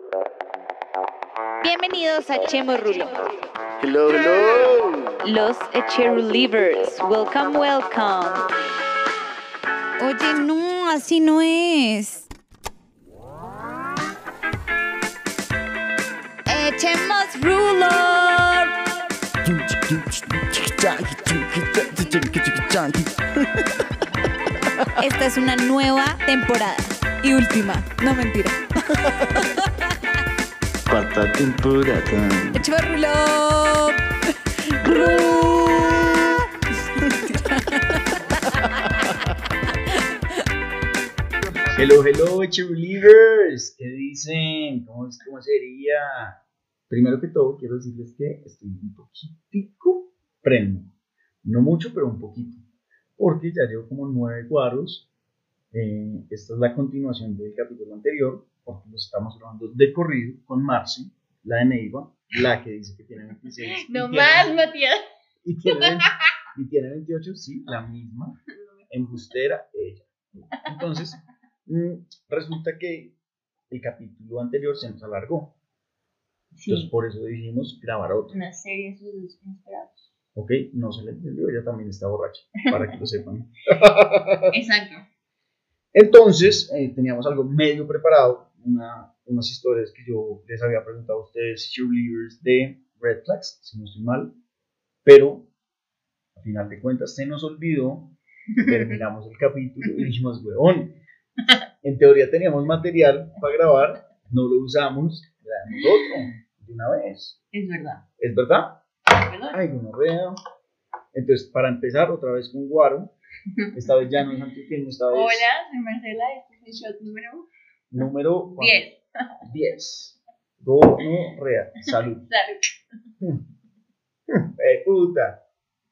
Bienvenidos a Chemorrulo. Hello, hello. Los Cherulivers. Welcome, welcome. Oye, no, así no es. Echemos ruler. Esta es una nueva temporada. Y última, no mentira. Cuarta temporada. Echemos ruler. Hello, hello, Cheerleaders. ¿Qué dicen? ¿Cómo sería? Primero que todo, quiero decirles que estoy un poquitico premium. No mucho, pero un poquito. Porque ya llevo como 9 guaros. Esta es la continuación del capítulo anterior, porque los estamos grabando de corrido con Marce, la de Neiva, la que dice que tiene 26. No más, Matías. Y tiene 28, sí, la misma. Embustera, ella. Entonces, resulta que el capítulo anterior se nos alargó. Sí. Entonces, por eso decidimos grabar otro. Una serie de sus inesperados. Ok, no se le entendió, ella también está borracha, para que lo sepan. Exacto. Entonces, teníamos algo medio preparado, unas historias que yo les había presentado a ustedes, cheerleaders de Red Flags, si no estoy mal, pero al final de cuentas se nos olvidó, terminamos el capítulo y dijimos, huevón, en teoría teníamos material para grabar, no lo usamos, grabamos otro de una vez. Es verdad. ¿Es verdad? Es verdad. Ay, no veo. Entonces, para empezar otra vez con Guaro, esta vez ya no es antioqueño, esta vez Hola, soy Marcela, este es el shot número 10. 10. Gonorrea. Salud. Salud. Puta.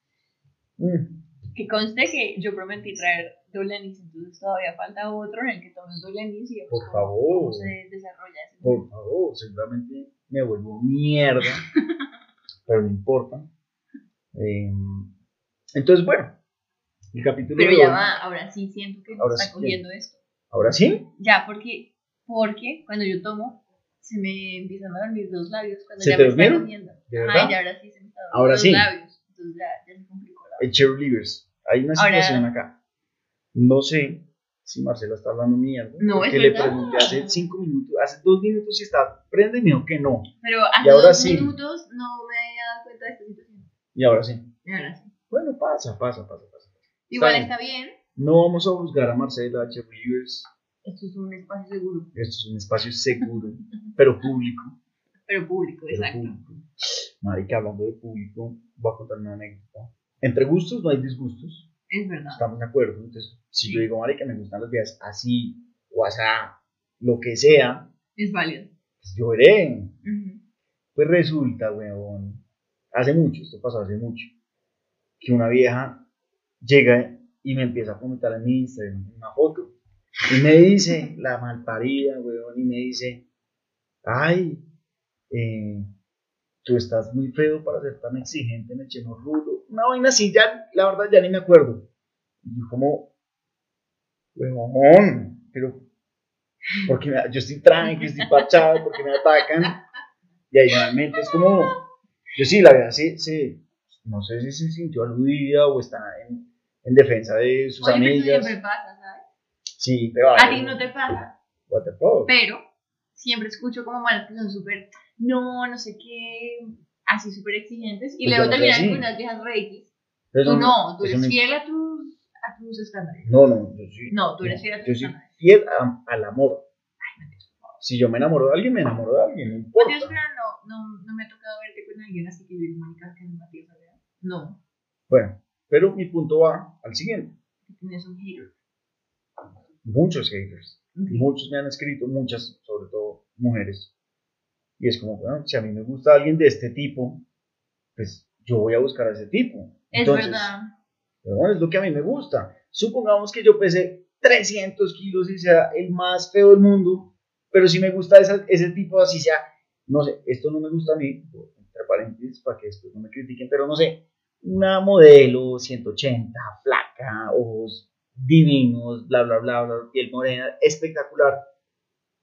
Que conste que yo prometí traer doble anís, entonces todavía falta otro en el que tomes doble anís y vemos Por favor. cómo se desarrolla ese. Por favor, seguramente me vuelvo mierda, pero no importa. Entonces, bueno, el capítulo Pero de ya hoy- va, ahora sí siento que Ahora nos está sí. cogiendo esto. ¿Ahora sí? Ya, porque cuando yo tomo, se me empiezan a dormir los labios cuando ¿Se ya te me está durmieron? cogiendo. ¿De Ajá, verdad? y ahora sí se me están durmiendo Ahora los sí. labios. Entonces ya se complicó la El cheerleaders. Hay una Ahora- situación acá. No sé si Marcela está hablando mierda. No, porque es le verdad. pregunté hace 5 minutos, hace 2 minutos si está prende y me dijo que no. Pero Y hace ahora 2 sí. minutos no me había dado cuenta de esta situación. Y ahora sí. Y ahora sí. Bueno, pasa. Igual bien. está bien. No vamos a juzgar a Marcela, cheerleaders. Esto es un espacio seguro, Esto es un espacio seguro, pero público. pero público, Pero exacto. público. Marica, hablando de público, voy a contar una anécdota. Entre gustos no hay disgustos. Es verdad. Estamos de acuerdo. Entonces, si Sí. yo digo, marica, me gustan las vías así, o asá, lo que sea, Es válido. pues yo veré. Ujú. Pues resulta, weón, esto pasó hace mucho, que una vieja llega y me empieza a comentar en mi Instagram una foto. Y me dice, la malparida, weón, y me dice, ay, tú estás muy feo para ser tan exigente en el Chemorrulo. Una vaina así, ya, la verdad, ya ni me acuerdo. Y yo como, weón, pero, porque yo estoy tranqui, estoy parchado, porque me atacan. Y ahí realmente es como, yo sí, la verdad, sí, no sé si se sintió aludida o está en defensa de sus Oye, pero eso amigas. siempre pasa, ¿sabes? Sí, pero A ti no te pasa, what the fuck. pero siempre escucho como manos que son súper, no sé qué, así súper exigentes. Y Pues luego yo no soy terminan así. con unas viejas reikis. Pero Tú no, tú eso eres me- fiel a tus estándares. No, yo sí. No, tú eres fiel a Yo tus soy estándares. fiel al amor. Si yo me enamoro de alguien, me enamoro de alguien, no importa. Dios, pero no me ha tocado verte con alguien así que yo digo, marica, que no Matías Alea. No, Bueno, pero mi punto va al siguiente. que tienes un hater. Muchos haters, Ok. muchos me han escrito, muchas, sobre todo mujeres. Y es como, bueno, si a mí me gusta alguien de este tipo, pues yo voy a buscar a ese tipo. Es Entonces, verdad. pero bueno, es lo que a mí me gusta. Supongamos que yo pese 300 kilos y sea el más feo del mundo, pero si me gusta ese tipo, así sea, no sé, esto no me gusta a mí, entre paréntesis, para que después no me critiquen, pero no sé, una modelo 180, flaca, ojos divinos, bla, bla, bla, bla, piel morena, espectacular.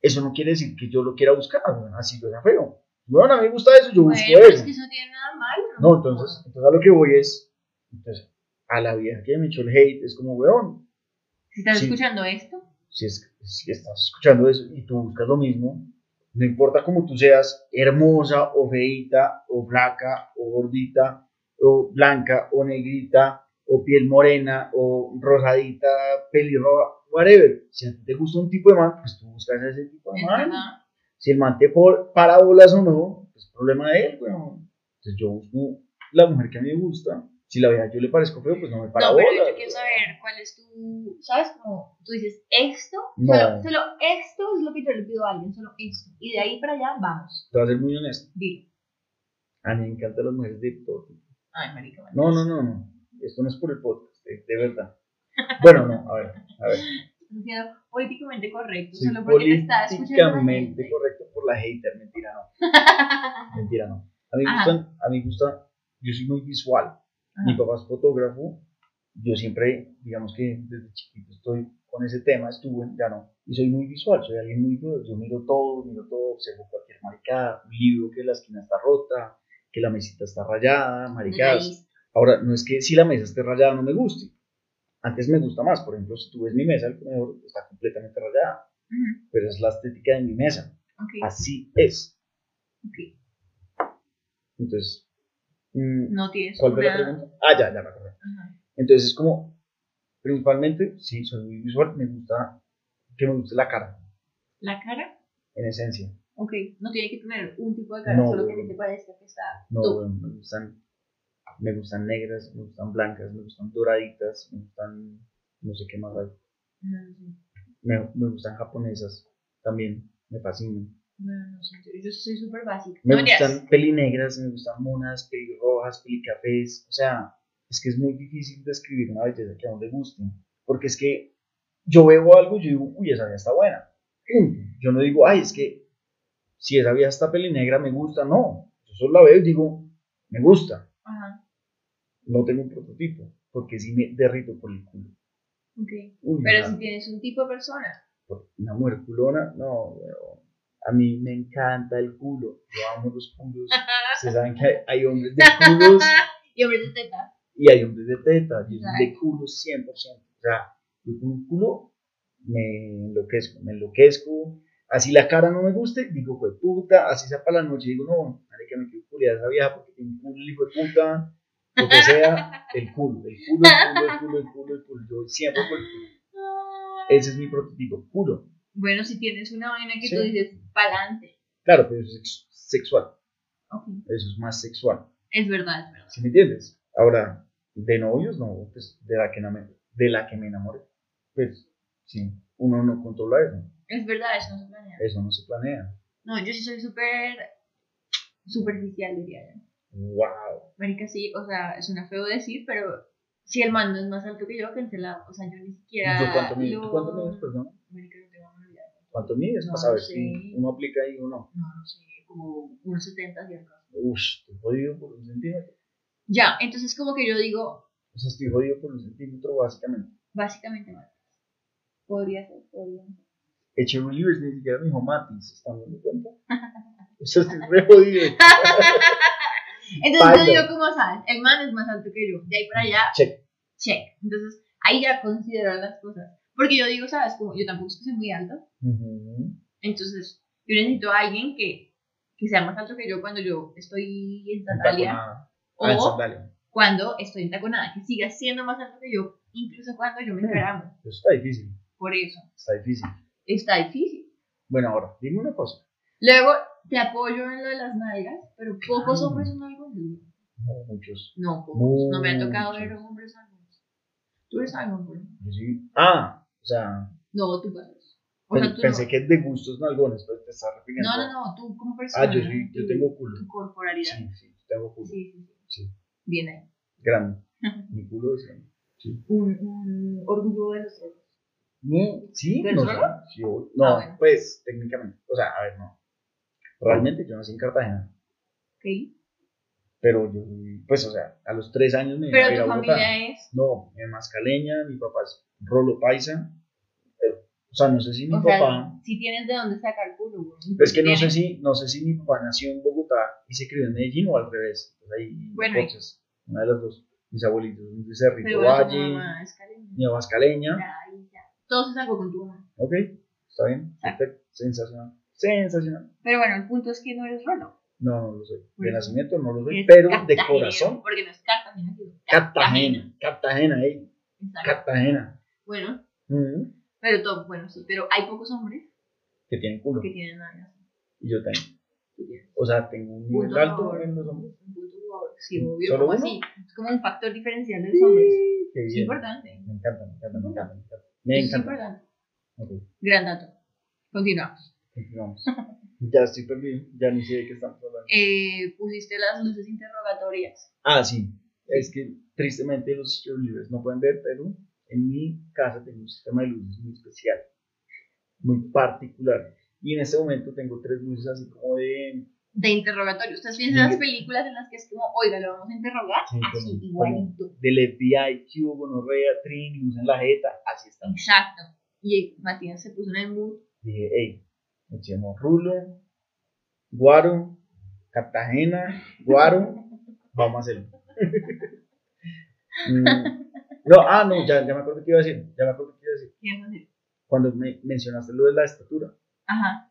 eso no quiere decir que yo lo quiera buscar, weón, así lo sea feo. Bueno, a mí me gusta eso, yo busco Bueno, es eso. que eso no tiene nada malo. No, entonces a lo que voy es, entonces, a la vieja que me echó el hate, es como, weón, Si estás Sí. escuchando esto, si estás escuchando eso y tú buscas lo mismo, no importa cómo tú seas, hermosa o feita, o flaca, o gordita, o blanca, o negrita, o piel morena, o rosadita, pelirroja, whatever. Si a ti te gusta un tipo de man, pues tú buscas a ese tipo de es man. verdad. Si el man te para bolas o no, es problema de él, weón. Entonces yo busco la mujer que a mí me gusta. Si la vieja yo le parezco feo, pues no me para No, pero bolas. yo quiero saber cuál es tu, ¿sabes? Como tú dices, esto, No. solo esto es lo que yo le pido a alguien, solo esto. Y de ahí para allá vamos. Te voy a ser muy honesto. Dilo. A mí me encantan las mujeres de todo tipo. Ay, marica. No. Esto no es por el podcast, de verdad. Bueno, no, a ver. Estás siendo políticamente correcto, Soy solo porque te está escuchando la políticamente gente. correcto por la hater. Mentira, no. Mentira, no. A mí me gusta, yo soy muy visual. Mi Ajá. papá es fotógrafo. Yo siempre, digamos que desde chiquito estoy con ese tema, estuve, ya no. Y soy muy visual, soy alguien muy visual. Yo miro todo, observo cualquier maricada, un libro que la esquina está rota, que la mesita está rayada, maricadas. Ahora, no es que si la mesa esté rayada no me guste. Antes me gusta más, por ejemplo, si tú ves mi mesa, el comedor está completamente rayada, Ujú. pero es la estética de mi mesa. Ok, Así es. ok. Entonces, No tienes ¿cuál fue la una... pregunta? Ah, ya me acordé. Ajá. Entonces es como, principalmente, sí, soy muy visual, me gusta que me guste la cara, ¿La cara? en esencia. Ok, no tiene que tener un tipo de cara, No, solo que a ti bueno. te parezca que está No, tú. bueno, me gustan negras, me gustan blancas, me gustan doraditas, me gustan, no sé qué más hay. No sé. Me gustan japonesas, también, me fascinan. No sé, yo soy súper básica. Me No, mentiras. gustan pelinegras, me gustan monas, pelirrojas, pelicafés. O sea, es que es muy difícil describir una belleza que a uno le guste. Porque es que yo veo algo y yo digo, uy, esa vieja está buena. Punto. Yo no digo, ay, es que si esa vieja está pelinegra me gusta. No, yo solo la veo y digo, me gusta. Ajá, No tengo un prototipo, porque si me derrito por el culo. ok. Uy, Pero si tienes un tipo de persona. por una mujer culona, no, weón. A mí me encanta el culo. Yo amo los culos. Ustedes saben que hay hombres de culos Y hombres de teta. y hay hombres de teta. Yo soy de Exacto. culos 100%. O sea, yo con un culo me enloquezco. Así la cara no me guste, digo, fue puta. Así sea para la noche, digo, no, marica, me quiero culiar a esa vieja porque tiene un culo, hijo de puta. Lo que sea, el culo. Yo voy siempre por el culo. Ese es mi prototipo, culo. Bueno, si tienes una vaina que Sí. tú dices, pa'lante. Claro, pero eso es sexual. Ok. Eso es más sexual. Es verdad, es verdad. ¿Sí me entiendes? Ahora, de novios, no, pues de la que me enamoré. Pues sí, uno no controla eso. Es verdad, eso no se planea. Eso no se planea. No, yo sí soy súper superficial, diría yo. ¡Wow! Marica, sí, o sea, suena feo decir, pero si el mando es más alto que yo, cancelado. O sea, yo ni siquiera. ¿Tú cuánto mides, perdón? Marica, no tengo ni idea. ¿Cuánto mides? No, Para saber no sé. si uno aplica ahí o no. No sé, como unos 70 cierto. Uff, estoy jodido por un centímetro. Ya, entonces como que yo digo, O sea, estoy jodido por un centímetro, básicamente. básicamente mal. Podría ser. Eche Rivers ni siquiera me dijo Matis, ¿están dando cuenta? O sea, estoy re jodido. Entonces Baila. yo digo, como sabes, el man es más alto que yo. De ahí para allá, Check. check. Entonces ahí ya considero las cosas. Porque yo digo, sabes, como yo tampoco es que soy muy alta. Entonces yo necesito a alguien que sea más alto que yo cuando yo estoy en sandalia. En O sandalia. cuando estoy en taconada, que siga siendo más alto que yo, incluso cuando yo me encaramo. Eso está difícil. Por eso, Está difícil. está difícil. Bueno, ahora, dime una cosa. Luego, te apoyo en lo de las nalgas, pero pocos Ah. hombres son algo. No, muchos. No, pocos. No me ha tocado Muchos. ver hombres algos. Tú eres algo, ¿no? Yo sí. Ah, o sea, No, tú pasas. O sea, tú pensé no. que de gustos nalgones, pero te estás refiriendo. No, tú como persona. Ah, yo tengo culo. Tu corporalidad. Sí, tengo culo. Sí. Sí, Bien ahí. grande. Mi culo es grande. Sí. Un orgullo de los otros. No, sí, ¿Pero no, solo? sí, no, bueno. pues técnicamente. O sea, a ver, no. Realmente yo nací en Cartagena. Ok. Pero yo, pues, o sea, a los 3 años me vine a Pero vivir tu a Bogotá. familia es. No, mi mamá es caleña, mi papá es rolo paisa. O O sea, no sé si mi O sea, papá... si tienes de dónde sacar culo, güey. Es que no sé si mi papá nació en Bogotá y se crió en Medellín o al revés. Pues ahí, Bueno, coches, una de las dos. Mis abuelitos son de Cerrito pero bueno, tu Valle, mamá es caleña. mi mamá es caleña. Ya. Todo se sacó con tu mamá. Ok, está bien, perfecto, sensacional. Sensacional. Pero bueno, el punto es que no eres Rolo. No lo soy. De Bueno, nacimiento no lo soy, eres pero de cartagenero, corazón. Porque no es Cartagena, sino Cartagena, Exacto. Cartagena. Bueno, Ujú. pero todo, bueno, sí, pero hay pocos hombres Que tienen culo. que tienen nada así. Y yo tengo. Tú tienes. O sea, tengo un nivel Punto alto favor. en los hombres. Un punto favor. Sí, obvio, ¿Solo como uno? así. Es como un factor diferencial de los hombres. Qué Es bien. importante. Me encanta, me encanta, me encanta. Me encanta. Eso Me es encanta. importante. Ok, Gran dato. Continuamos. continuamos. Ya estoy perdido, ya ni sé de qué estamos hablando. Pusiste las luces interrogatorias. Ah, sí. Es que tristemente los cheerleaders no pueden ver, pero en mi casa tengo un sistema de luces muy especial, muy particular. Y en este momento tengo 3 luces así como de... De interrogatorio. Ustedes piensan en las películas en las que es como, oiga, lo vamos a interrogar. Sí, Así, como igualito. del FBI, Q, gonorrea, Trin, luz en la jeta, así está. Exacto. Y Matías se puso en el mood. Dije, hey, echemos Rulo, Guaro, Cartagena, Guaro, vamos a hacerlo. No, ya me acuerdo qué iba a decir, ¿Qué vas a decir? cuando me mencionaste lo de la estatura. Ajá.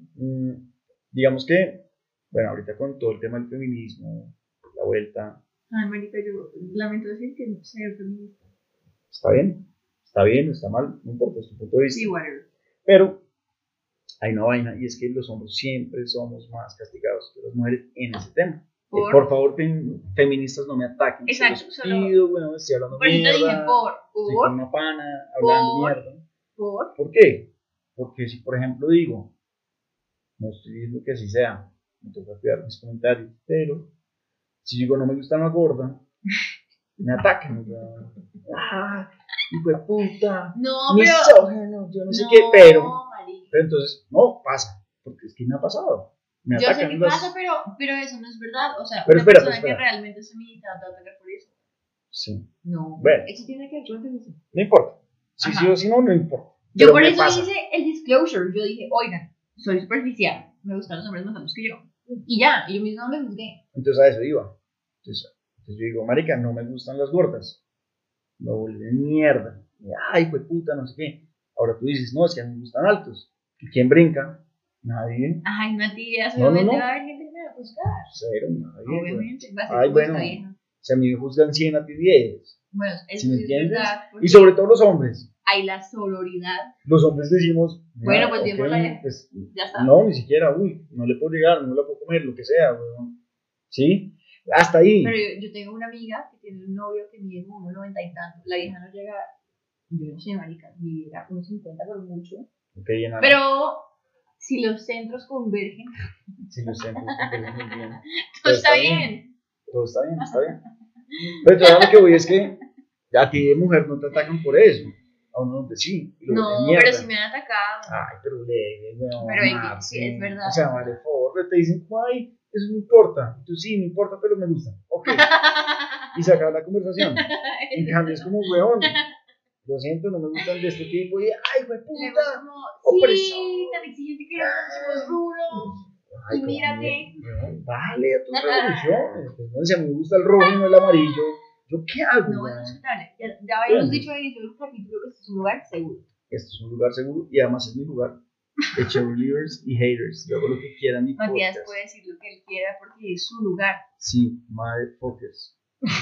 Digamos que, bueno, ahorita con todo el tema del feminismo, la vuelta, Ay, marica, yo lamento decir que no soy feminista. está bien, está mal, no importa, es tu punto de vista. Sí, whatever. Pero hay una vaina y es que los hombres siempre somos más castigados que las mujeres en ese tema. Por favor, feministas, no me ataquen. Exacto, Se los solo- pido, bueno, estoy hablando Por eso te dije mierda. Estoy con una pana, hablando mierda. ¿Por qué? Porque si, por ejemplo, digo, no estoy diciendo que así sea, me toca cuidar mis comentarios, pero si digo no me gusta una gorda, me atacan. O sea, hijo de puta, No, pero. misógino, yo no sé qué, pero entonces, no, pasa, porque es que me ha pasado. Me Yo sé atacan que las... pasa, pero eso no es verdad. O sea, Pero una persona espera. que realmente es feminista no te va a atacar por eso. Sí, No. Bueno. Eso tiene que ver con el feminismo. no importa. Si Ajá. sí o si no, no importa. Yo Pero por me eso pasa. hice el disclosure. Yo dije, oigan, soy superficial. Me gustan los hombres más altos que yo. Y ya, y yo mismo me juzgué. Entonces a eso iba. Entonces yo digo, marica, no me gustan las gordas. Me vuelven mierda. Y, ay, pues puta, no sé qué. Ahora tú dices, no, es que a mí me gustan altos. ¿Y quién brinca? Nadie. Ay, Matías, No, obviamente no. va a haber gente que me va a juzgar. Cero, nadie. Obviamente, va a ser Ay, como bueno. esta vieja. Si a mí me juzgan 100, a ti 10. Bueno, eso ¿Sí me sí es entiendes? verdad. porque Y sobre todo los hombres. hay la sororidad. Los hombres decimos, Bueno, pues ok, bien por la vieja. pues, Ya está. no, ni siquiera, uy, no le puedo llegar, no la puedo comer, lo que sea, weón. ¿Sí? Hasta ahí. Pero yo tengo una amiga que tiene un novio que mide como 1,90 y tanto. La vieja no llega, yo no sé, marica, ni llega a 1,50 por mucho. Ok, enano. Pero si los centros convergen, Si lo siento, muy bien. todo está bien. Todo está bien, está bien. Pero yo lo que voy es que a ti de mujer no te atacan por eso. A uno de sí. y lo No, de mierda. pero si me han atacado. Ay, pero leve, weón. Pero es que Marce. sí, es verdad. O sea, vale, por favor, te dicen, ay, eso no importa. Y tú sí, no importa, pero me gusta. Ok. Y se acaba la conversación. En cambio, es como, weón, lo siento, no me gustan de este tipo. Y, ay, güey, Luego puta. como, opresor. sí, tan exigente que los rulos. Ay, Y mírate. weón, dale a tus revoluciones. Pues, no, si a mí me gusta el rojo y no el amarillo, ¿yo qué hago? No, weón? es respetable. Ya habíamos dicho ahí en el capítulo que este es un lugar seguro. Este es un lugar seguro y además es mi lugar. De cheerleaders y haters. Yo hago lo que quieran y Matías podcast. puede decir lo que él quiera porque es su lugar. Sí, motherfuckers.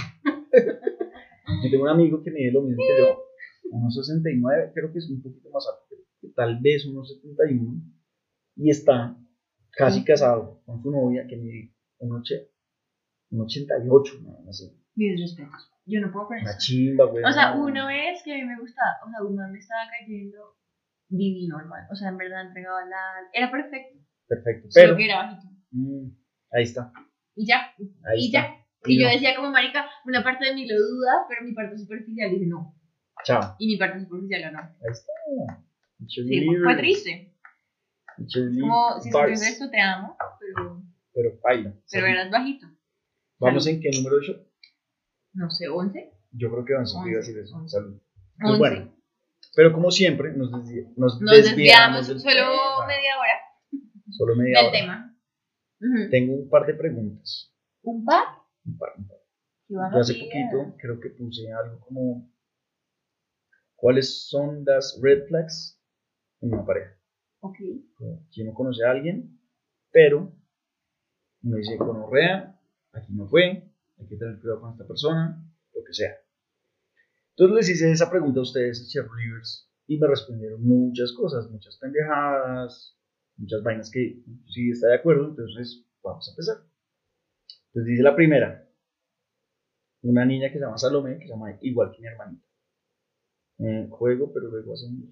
Yo tengo un amigo que mide lo mismo que yo, unos 69, creo que es un poquito más alto, tal vez unos 71, y está casi casado con su novia que mide un 88, nada más así. Mis respetos. Yo no puedo con Una eso. chimba, güey. O sea, una vez que a mí me gustaba, o sea, una me estaba cayendo divino, hermano. O sea, en verdad entregaba la. Era perfecto. Perfecto, Solo pero que era bajito. Ahí está. Y ya. Ahí y está. ya. Y yo decía como marica, una parte de mí lo duda, pero mi parte superficial dice no. Chao. Y mi parte superficial ganó. Ahí está. Sí, fue triste. Como si supieras esto te amo, Pero baila. pero eras bajito. ¿Vamos en qué número de show? No sé, 11. Yo creo que van a subir 11, así de eso. 11. Salud. 11. Bueno, Pero como siempre, nos Nos desviamos desviamos del solo tema. media hora Solo media del hora. tema. Ujú. Tengo un par de preguntas. ¿Un par? Un par. ¿Qué van Yo a hace hacer? poquito creo que puse algo como ¿cuáles son las red flags en una pareja? Ok. Como que uno conoce a alguien, pero uno dice gonorrea, aquí no fue, hay que tener cuidado con esta persona, lo que sea. Entonces les hice esa pregunta a ustedes, cheerleaders, y me respondieron muchas cosas, muchas pendejadas, muchas vainas que sí está de acuerdo, entonces vamos a empezar. Entonces dice la primera, una niña que se llama Salomé, que se llama igual que mi hermanita. Juego, pero luego hacemos...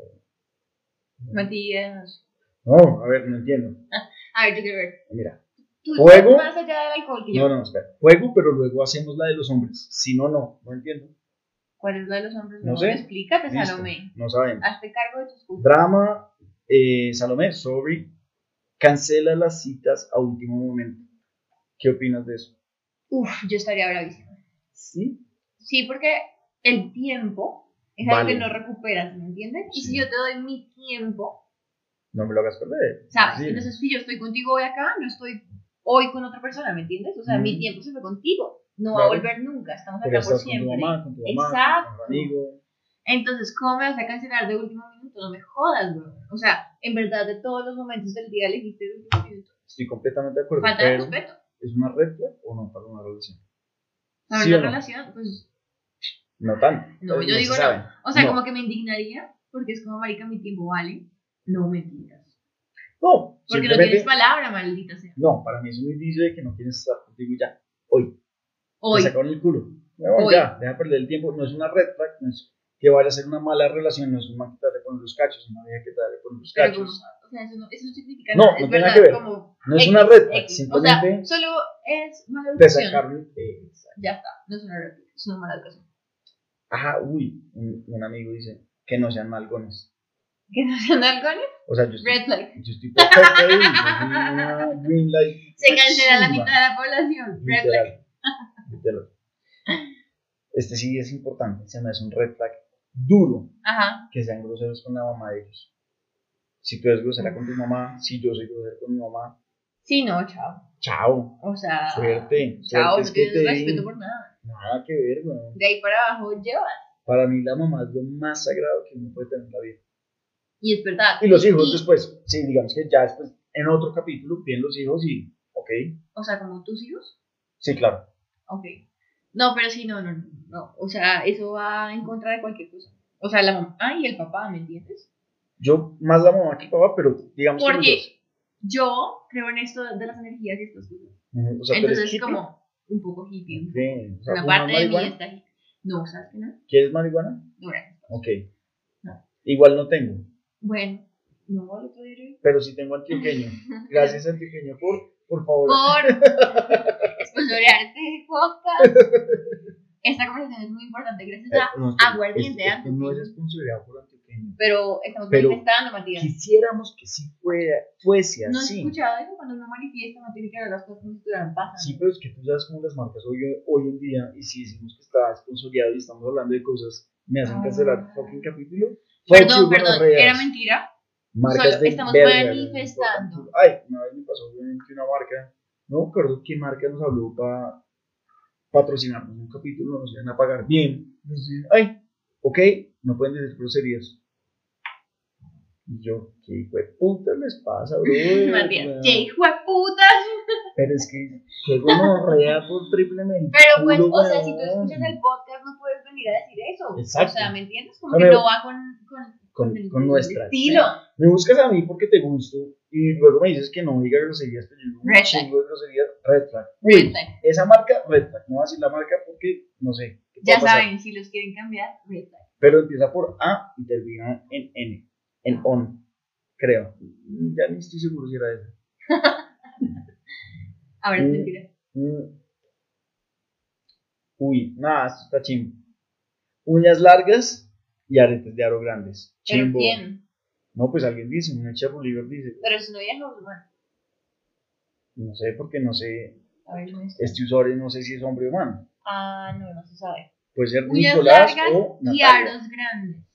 Matías. No, a ver, no entiendo. A ver, yo quiero ver. Mira, Tú ¿Juego? estás más allá del alcohol que yo. no, espera. Juego, pero luego hacemos la de los hombres. Si no, no entiendo. ¿Cuál es la de los hombres? No sé. Explícate, Listo, Salomé. no sabemos. Hazte cargo de tus cosas. Drama, Salomé, sorry. Cancela las citas a último momento. ¿Qué opinas de eso? Uf, yo estaría bravísima. Sí. Sí, porque el tiempo es algo Vale. que no recuperas, ¿me entiendes? Y Sí. si yo te doy mi tiempo, No me lo hagas perder. ¿sabes? Sí. Entonces, si yo estoy contigo hoy acá, no estoy hoy con otra persona, ¿me entiendes? O sea, mi tiempo se fue contigo. No va a Claro. volver nunca, estamos Porque acá por estás con tu siempre. mamá, con tu mamá, Exacto. con tu amigo. Entonces, ¿cómo me vas a cancelar de último minuto? No me jodas, bro. O sea, en verdad, de todos los momentos del día elegiste de último minuto. Estoy completamente de acuerdo. Falta de pero respeto. ¿es una red flag o no para una relación? Para ¿Sí una o no? relación, pues, No tanto. no, yo se digo sabe. no. O sea, No. como que me indignaría, porque es como, marica, mi tiempo vale. No mentiras. No, Porque no simplemente. tienes palabra, maldita sea. No, para mí es un indicio de que no quieres estar contigo ya. Hoy. Hoy. Te sacaron el culo. No, Hoy. ya, deja perder el tiempo. No es una red flag, no es que vaya a ser una mala relación, no es una que te vaya a poner los cachos, es una vieja que te vaya a poner los Pero como, cachos. o sea, eso no significa No, nada. no Es tiene nada verdad, que ver. como. No es X, una red flag, X. simplemente O sea, solo es mala te educación. sacaron. Ya está, no es una red flag, es una mala educación. Ajá, uy, un amigo dice que no sean malgones. ¿Que no sean halcones? O sea, yo estoy Red flag. perfecto ahí, yo soy una green light. Se cancela la chimba. mitad de la población. Red flag. Literal. Literal. Este sí es importante, se me hace un red flag duro Ajá. que sean groseros con la mamá de ellos. Si tú eres grosera con tu mamá, si yo soy grosero con mi mamá, Sí, no, chao. chao, O sea. suerte. Chao, Suerte no es que tienes te respeto den. por nada. Nada que ver, weón. De ahí para abajo llevas. Para mí la mamá es lo más sagrado que uno puede tener en la vida. Y es verdad. Y los hijos después, sí, digamos que ya después, en otro capítulo, vienen los hijos y, ok, O sea, como tus hijos. sí, claro. Ok. No, pero sí, no. O sea, eso va en contra de cualquier cosa. O sea, la mamá y el papá, ¿me entiendes? Yo más la mamá que el papá, pero digamos que los Porque dos. yo creo en esto de las energías y estas cosas. Ujú, o sea, tú eres Entonces, hippie. como un poco hippie. Ok, o sea, Una ¿fumas parte de mí marihuana? está hippie. No, ¿sabes qué no? ¿Quieres marihuana? No, gracias. Ok. No. Igual no tengo, Bueno, no, el otro día yo- pero sí tengo antioqueño. Gracias, antioqueño, por favor. Por sponsorear este podcast. Esta conversación es muy importante gracias a No, espera, aguardiente, esto no antioqueño. es sponsoreado por antioqueño. Pero estamos Pero manifestando, Matías. Quisiéramos que sí fuese ¿No has así. escuchado eso? Cuando uno manifiesta, no tiene que ver las cosas como si estuvieran pasando. Sí, pero es que tú sabes cómo las marcas hoy en día, y si decimos que está sponsoreado y estamos hablando de cosas, me hacen cancelar fucking capítulo. Perdón, Gonorreas. era mentira. Marcas Solo de estamos verga, manifestando. ¿no? Ay, una vez me pasó obviamente una marca, no me acuerdo qué marca nos habló para patrocinarnos un capítulo, nos iban a pagar bien. Entonces, ay, ok, no pueden decir groserías. Y yo, ¿qué hijo de puta les pasa, bro? Matías, ¡qué hijo de putas! Pero es que gonorrea por triplemente. Pero pues, o sea, si tú escuchas el podcast, no puedes venir a decir eso. Exacto. O sea, ¿me entiendes? Como A que ver, no va con con nuestra estilo. Me buscas a mí porque te gusto y luego me dices que no diga groserías, pero yo digo un Red chingo de groserías, red flag. Red Uy, flag. esa marca, red flag. No voy a decir la marca porque no sé. ¿Qué Ya puede pasar? saben, si los quieren cambiar, red flag. Pero empieza por A y termina en N. En on, creo. Ya ni estoy seguro si era eso. A ver, es mentira. Uy, nada, esto está chimbo. Uñas largas y aretes de aro grandes. ¿Pero Chimbo. quién? No, pues alguien dice, un Cheerleader dice. Pero es una vieja o humana. No sé, porque no sé. A ver, no sé. Este usuario no sé si es hombre o humano. Ah, no se sabe. Puede ser Uñas Nicolás largas o y Natalia. aros grandes.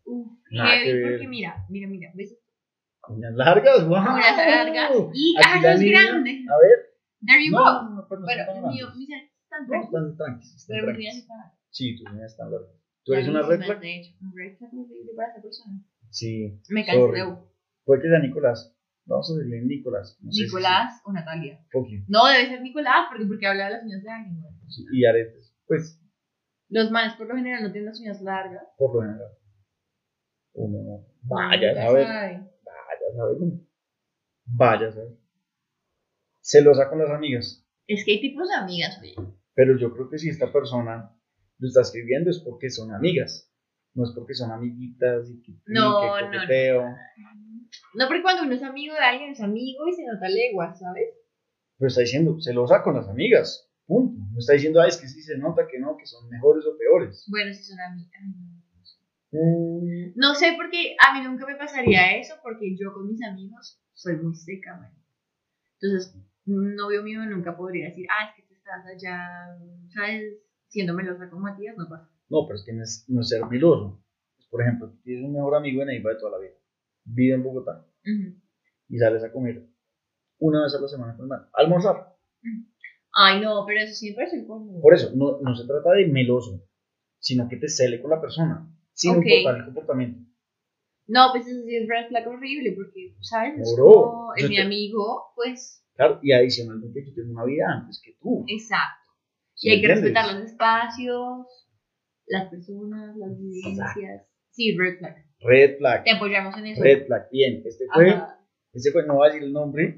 Nada que heavy, ver. porque mira, ¿ves? Uñas largas, wow. Uñas largas y Aquí la los niña, grandes. A ver. There you go. No, pero no Pero están tan mis grandes. uñas están No, tranquilas, están tranquilas. pero mis uñas están Sí, tus uñas están largas. ¿Tú eres una red larguísimas, flag? de hecho. Un red flag horrible para esa persona. Sí. Me sorry. canceló. Puede que sea Nicolás. Vamos a decirle Nicolás. No sé Nicolás o Natalia. Si fuck you. No, debe ser Nicolás, porque habla de las uñas de alguien. ¿No? Sí, y aretes. Pues, Los manes por lo general no tienen las uñas largas. por lo general. Uno no. Vaya, Nunca ¿sabes? sabe. Vaya, ¿sabes? Vaya, ¿sabes? Celosa con las amigas. Es que hay tipos de amigas, oye. Pero yo creo que si esta persona lo está escribiendo es porque son amigas. No es porque son amiguitas y que No, que no, coqueteo. No, porque cuando uno es amigo de alguien es amigo y se nota legua, ¿sabes? Pero está diciendo celosa con las amigas. Punto. No está diciendo, es que sí se nota que no, que son mejores o peores. Bueno, si son amigas. Ay, no sé. Mm, No sé, porque a mí nunca me pasaría eso, porque yo con mis amigos soy muy seca, man. Entonces, un novio mío nunca podría decir, es que tú estás allá, ¿sabes? Siendo melosa con Matías, no pasa. No, pero es que no es ser miloso. Por ejemplo, tú tienes un mejor amigo en Neiva de toda la vida. Vive en Bogotá. Y sales a comer una vez a la semana con el man. Almorzar. Ay, no, pero eso sí me parece incómodo. Por eso, no se trata de meloso, sino que te cele con la persona, sin Ok. importar el comportamiento. No, pues eso sí es red flag horrible, porque, ¿sabes? Es Bro, como yo mi te- amigo, pues, Claro, y adicionalmente yo tengo una vida antes que tú. exacto. ¿Sí Y hay que me entiendes? respetar los espacios, las personas, las vivencias. Sí, red flag. Red flag, Te apoyamos en eso. red flag. Bien, este Ajá. fue, no voy a decir el nombre,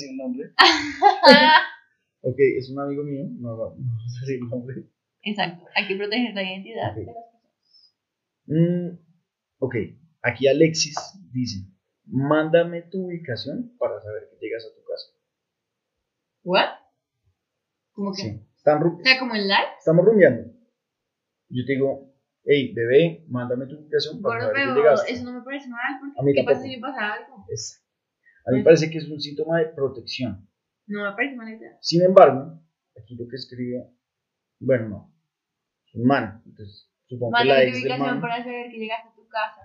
Ok, es un amigo mío, no voy a decir el nombre. Exacto. Hay que proteger la identidad Ok. de las personas. Ok, aquí Alexis dice, mándame tu ubicación para saber que llegas a tu casa. ¿What? ¿Cómo que? Sí, O sea, como en live. estamos rumbeando. Yo te digo, hey, bebé, mándame tu ubicación para Gordo, saber que pero llegaste. eso no me parece mal, porque A mí ¿qué pasa tampoco. si me pasa algo? A mí me parece que es un síntoma de protección. No me parece mala idea. Sin embargo, aquí lo que escribe, bueno, no, es un man. Entonces, supongo que la Mándame tu ex del ubicación man, para saber que llegaste a tu casa.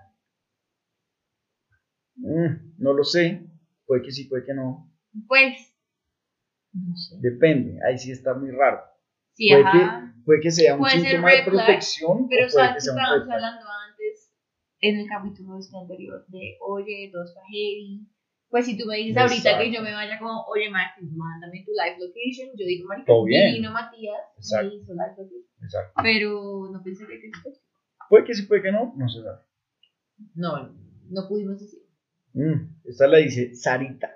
no lo sé, puede que sí, puede que no, Pues, no sé. depende, ahí sí está muy raro. Sí, Puede ajá. que sea un Puede ser síntoma de red flag, protección, Pero o puede que sabes que sea un red estábamos flag. hablando antes en el capítulo anterior de, oye, todo está heavy. Pues si tú me dices ahorita que yo Exacto. me vaya como, oye, Max, mándame tu live location, yo digo, marica, Todo bien. divino Matías, Exacto. me hizo live location. Exacto. Pero no pensé que es tóxico. Puede que sí, puede que no se sabe. No pudimos decir. Esta la dice Sarita,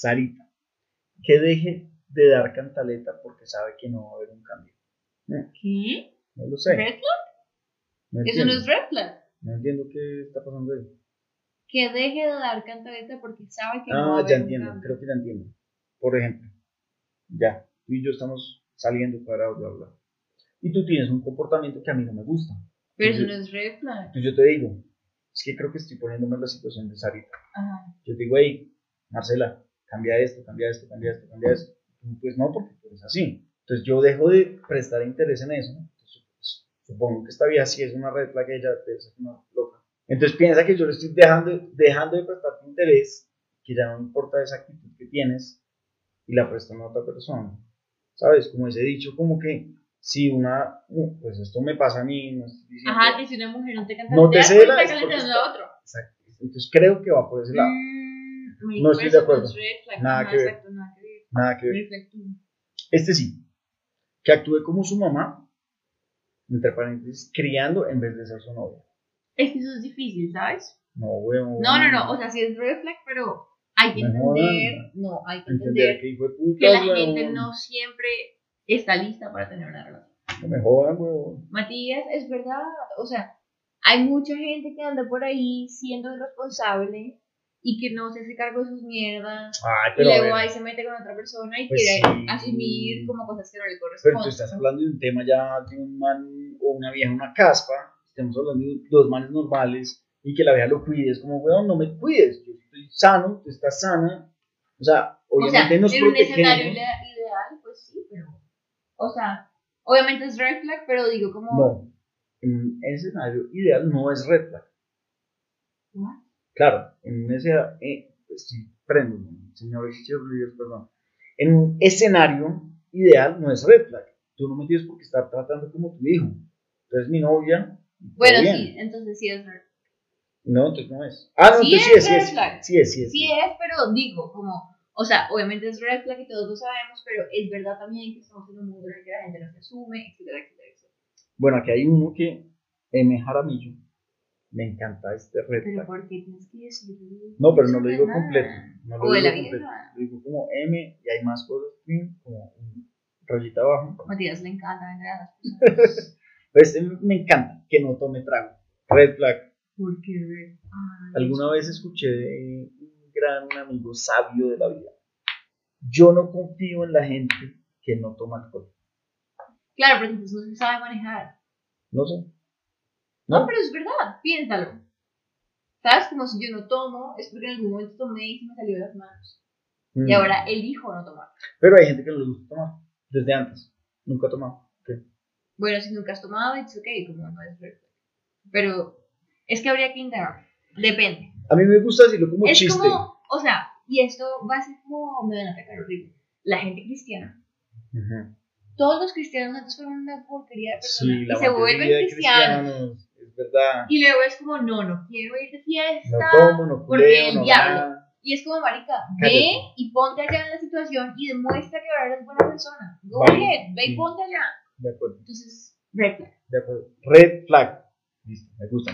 que deje de dar cantaleta porque sabe que no va a haber un cambio. ¿Qué? No lo sé. ¿Red flag? No Eso entiendo. no es red flag. No entiendo qué está pasando ahí. Que deje de dar cantaleta porque sabe que no va a haber Ya un entiendo, cambio. creo que ya entiendo. Por ejemplo, ya, tú y yo estamos saliendo para hablar. Y tú tienes un comportamiento que a mí no me gusta. Pero eso Entonces, no es red flag. entonces yo te digo, es que creo que estoy poniéndome en la situación de Sarita. Ajá. Yo te digo, hey, Marcela, cambia esto. Tú, pues no, porque tú eres así. Entonces yo dejo de prestar interés en eso. Entonces, pues, supongo que esta vieja sí es una red flag, ella debe ser una loca. Entonces piensa que yo le estoy dejando de prestarte interés, que ya no me importa esa actitud que tienes y la presto a otra persona. ¿Sabes? Como ese dicho, como que si pues esto me pasa a mí, no estoy diciendo. Ajá, que si una mujer no te canta, No te cela, te es porque calentando a otro. Exacto. Entonces creo que va por ese lado. No estoy de acuerdo. Nada que ver. Exacto, nada que ver. Nada que ver. Perfecto. Este sí, que actúe como su mamá, entre paréntesis, criando en vez de ser su novia. Es que eso es difícil, ¿sabes? No, weón. No, o sea, sí es red flag, pero hay que hay que entender que hijo de puta, que la weón. gente no siempre está lista para tener una relación. No me jodan, weón. Matías, es verdad, o sea, hay mucha gente que anda por ahí siendo irresponsable y que no se hace cargo de sus mierdas Ay, y pero a luego ver, ahí se mete con otra persona y pues quiere sí. asumir como cosas que no le Pero corresponden. tú estás hablando de un tema ya de un man o una vieja, una caspa. Estamos hablando de dos manes normales y que la vieja lo cuide. Es como, weón, no me cuides. Yo estoy sano, tú estás sana. O sea, obviamente nos en un escenario protegemos. ideal, pues sí, pero, o sea, obviamente es red flag, pero digo como, No, en ese escenario ideal no es red flag. What? Claro, en ese, sí, prendo, señores cheerleaders, perdón. En un escenario ideal no es red flag. Tú no me tienes por qué estar tratando como tu hijo. Tú eres mi novia. Bueno, todo sí, bien. entonces sí es red. No, entonces no es. Ah, no, Sí entonces es sí red es. flag. Sí es. Sí es, pero digo, como, o sea, obviamente es red flag y todos lo sabemos, pero es verdad también que estamos en un mundo en el que la gente no se asume, etcétera, etcétera, etcétera. Bueno, aquí hay uno que M. Jaramillo. Me encanta este red Pero flag. ¿por qué tienes que decirlo? No, pero no lo de digo nada. completo. No O lo de la digo completo. vieja. Lo digo como M y hay más cosas, como un rayita abajo. Matías le encanta vender a las personas. Pero este me encanta, que no tome trago. Red flag. ¿Por qué red? Ay, Alguna vez escuché de un gran amigo sabio de la vida. Yo no confío en la gente que no toma alcohol. Claro, pero entonces no se sabe manejar. No sé. No, pero es verdad, piénsalo. ¿Sabes? Como si yo no tomo, es porque en algún momento tomé y se me salió de las manos. Y ahora elijo no tomar. Pero hay gente que no le gusta tomar. Desde antes. Nunca ha tomado. ¿Qué? Bueno, si nunca has tomado, it's okay, como no es red flag. Pero es que habría que indagar. Depende. A mí me gusta decirlo como Es chiste. como, o sea, y esto va a ser como, me van a atacar horrible. La gente cristiana. Ujú. Todos los cristianos antes fueron una porquería de personas. Sí, la y se vuelven mayoría de cristianos. Es verdad. Y luego es como, no quiero ir de fiesta. No tomo, no porque culeo, el no diablo. nada. Y es como, marica, Cállate. ve y ponte allá en la situación y demuestra que ahora eres buena persona. Go Vale. ahead, ve y Sí. ponte allá. De acuerdo. Entonces, red flag. De acuerdo. Red flag. Listo. Me gusta.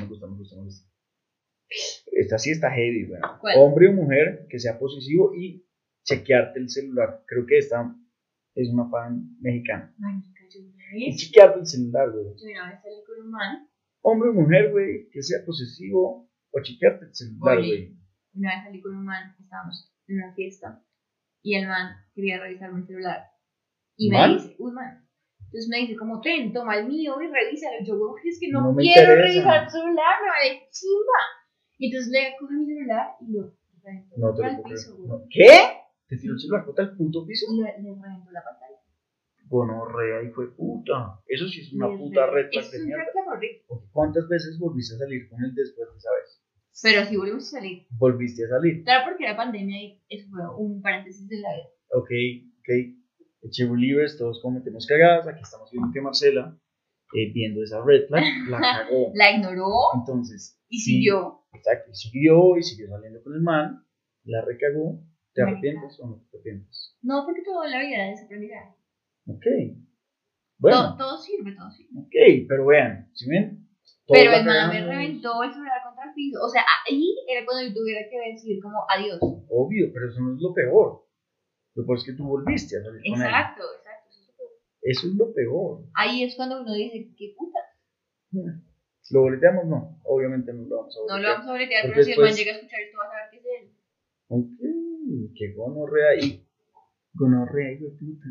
Esta sí está heavy, bueno. ¿Cuál? Hombre o mujer que sea posesivo y chequearte el celular. Creo que esta es una fan mexicana. Marica, yo una Y vez, chequearte el celular, güey. salí con un man. Hombre o mujer, güey, que sea posesivo o chequearte el celular, Oye. güey. Una vez salí con un man, estábamos en una fiesta y el man quería revisarme el celular. Y me ¿Man? dice, uy, man. Entonces me dice, como, toma el mío y revísalo. Yo, güey, es que no, No me quiero interesa. revisar tu celular, me vale chimba. Y entonces le coge mi celular y lo reventó No te por lo el puedo piso, creer. güey. No. ¿Qué? ¿Te tiró el celular contra el puto piso? Y le reventó la pantalla. Gonorrea y fue puta. Eso sí es una Le puta reventó. red flag Eso de es un mierda. red flag horrible. ¿Cuántas veces volviste a salir con él después de esa vez? Pero sí volvimos a salir. Volviste a salir. Claro, porque era pandemia y eso fue un paréntesis de la vida. Ok. Cheerleaders, todos cometemos cagadas. Aquí estamos viendo que Marcela, viendo esa red flag, la cagó. La ignoró Entonces, y sí, siguió. Exacto, y siguió saliendo con el man, la recagó. ¿Te Marica. arrepientes o no te arrepientes? No, porque toda la vida es aprendizaje. Ok. Bueno, Todo sirve, todo sirve. ok, pero vean, ¿sí ven? Todos Pero la el man me cagamos. reventó el celular contra el piso. O sea, ahí era cuando yo tuviera que decir como adiós. Obvio, pero eso no es lo peor. Lo peor es que tú volviste a salir con él. Exacto. Eso es lo peor. Ahí es cuando uno dice, ¿qué puta? ¿Lo boleteamos? No, obviamente no lo vamos a No boletear. lo vamos a boletear, Porque pero si el man después- llega a escuchar esto, va a saber que es de él. Ok, qué gonorrea y... Gonorrea y de puta.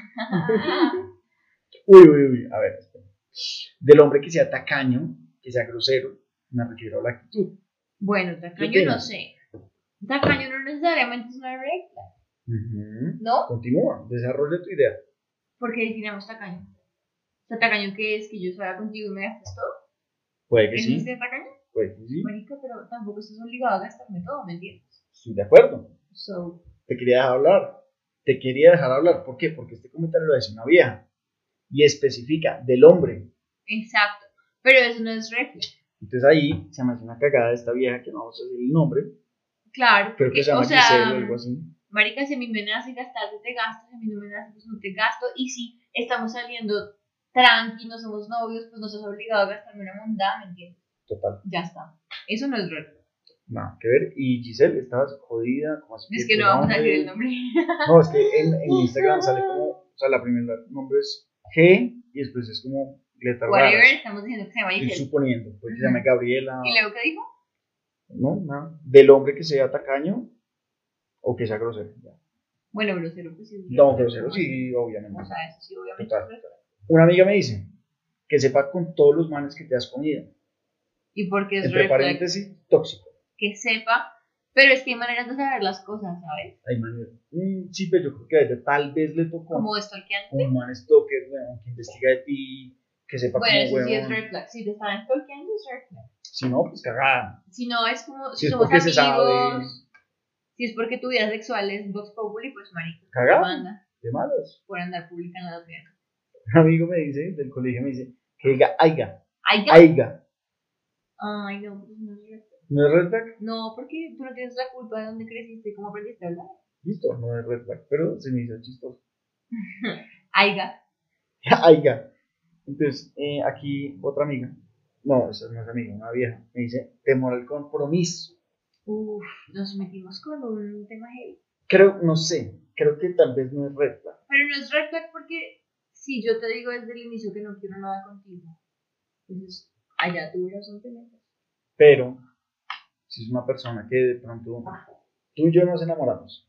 Uy, a ver. Espera. Del hombre que sea tacaño, que sea grosero, me refiero a la actitud. Bueno, ¿Qué tacaño opinas? no sé. Tacaño no necesariamente es una regla, Ujú. ¿no? Continúa, desarrolla tu idea. Porque definamos tacaño. O sea, tacaño que es que yo salga contigo y me gastes todo. Puede que ¿Eso sí, es ser tacaño? puede que sí. Marica, pero tampoco estás obligado a gastarme todo, ¿me entiendes? Estoy de acuerdo. So, Te quería dejar hablar. Te quería dejar hablar. ¿Por qué? Porque este comentario lo hace una vieja. Y especifica del hombre. exacto. Pero eso no es regla. Entonces ahí se me hace una cagada de esta vieja que no vamos a decir el nombre. Claro, Creo que porque, se llama o sea, Giselle o algo así. marica, si a mí me nace gastarte, te gasto, si a mí no me nace, pues no te gasto, y si estamos saliendo tranqui, no somos novios, pues no estás obligado a gastarme una mondada, ¿me entiendes? Total. Ya está. Eso no es regla. Nada que ver. Y Giselle, estabas jodida. ¿Cómo así Es que que no tu vamos a decir el nombre? nombre. No, es que en Instagram sale como, o sea, la primera nombre es G y después es como letra Whatever, rara. estamos diciendo que se llama Estoy Giselle. suponiendo, porque se llama Gabriela. ¿Y luego qué dijo? No, nada. Del hombre que sea tacaño o que sea grosero. Ya. Bueno, grosero, pues sí. No, grosero sí, obviamente. O sea, eso sí, obviamente. Total. es grosero. Una amiga me dice que sepa con todos los manes que te has comido. Y porque es Entre red flag, paréntesis, tóxico. que sepa, pero es que hay maneras de saber las cosas, ¿sabes? Hay maneras. Sí, pero yo creo que a ella tal vez le tocó Como stalkeando. un man stalker, weón, que investiga de ti, que sepa Bueno, cómo, eso sí es weón. red flag. Si te están stalkeando, es red flag. Si no, pues cagada. Si no, es como, Si si es somos porque se sabe. amigos, si es porque tu vida sexual es Vox Populi, pues marico, Cagado. manda De malas. por andar publicando las mierdas. Un amigo me dice, del colegio, me dice, que diga aiga. ¿Aiga? Aiga. Ay, no, pues no es red flag. ¿No es red flag? No, porque tú no tienes la culpa de dónde creciste y cómo aprendiste a hablar. Listo, no es red flag, pero se me hizo chistoso. Aiga. Aiga. Entonces, aquí otra amiga, no, esa no es amiga, una vieja, me dice, temor al compromiso. Uf, nos metimos con un tema heavy. Creo, no sé, creo que tal vez no es red flag. Pero no es red flag porque si yo te digo desde el inicio que no quiero nada contigo, entonces allá tú verás un tema. Pero, si es una persona que de pronto, tú y yo nos enamoramos,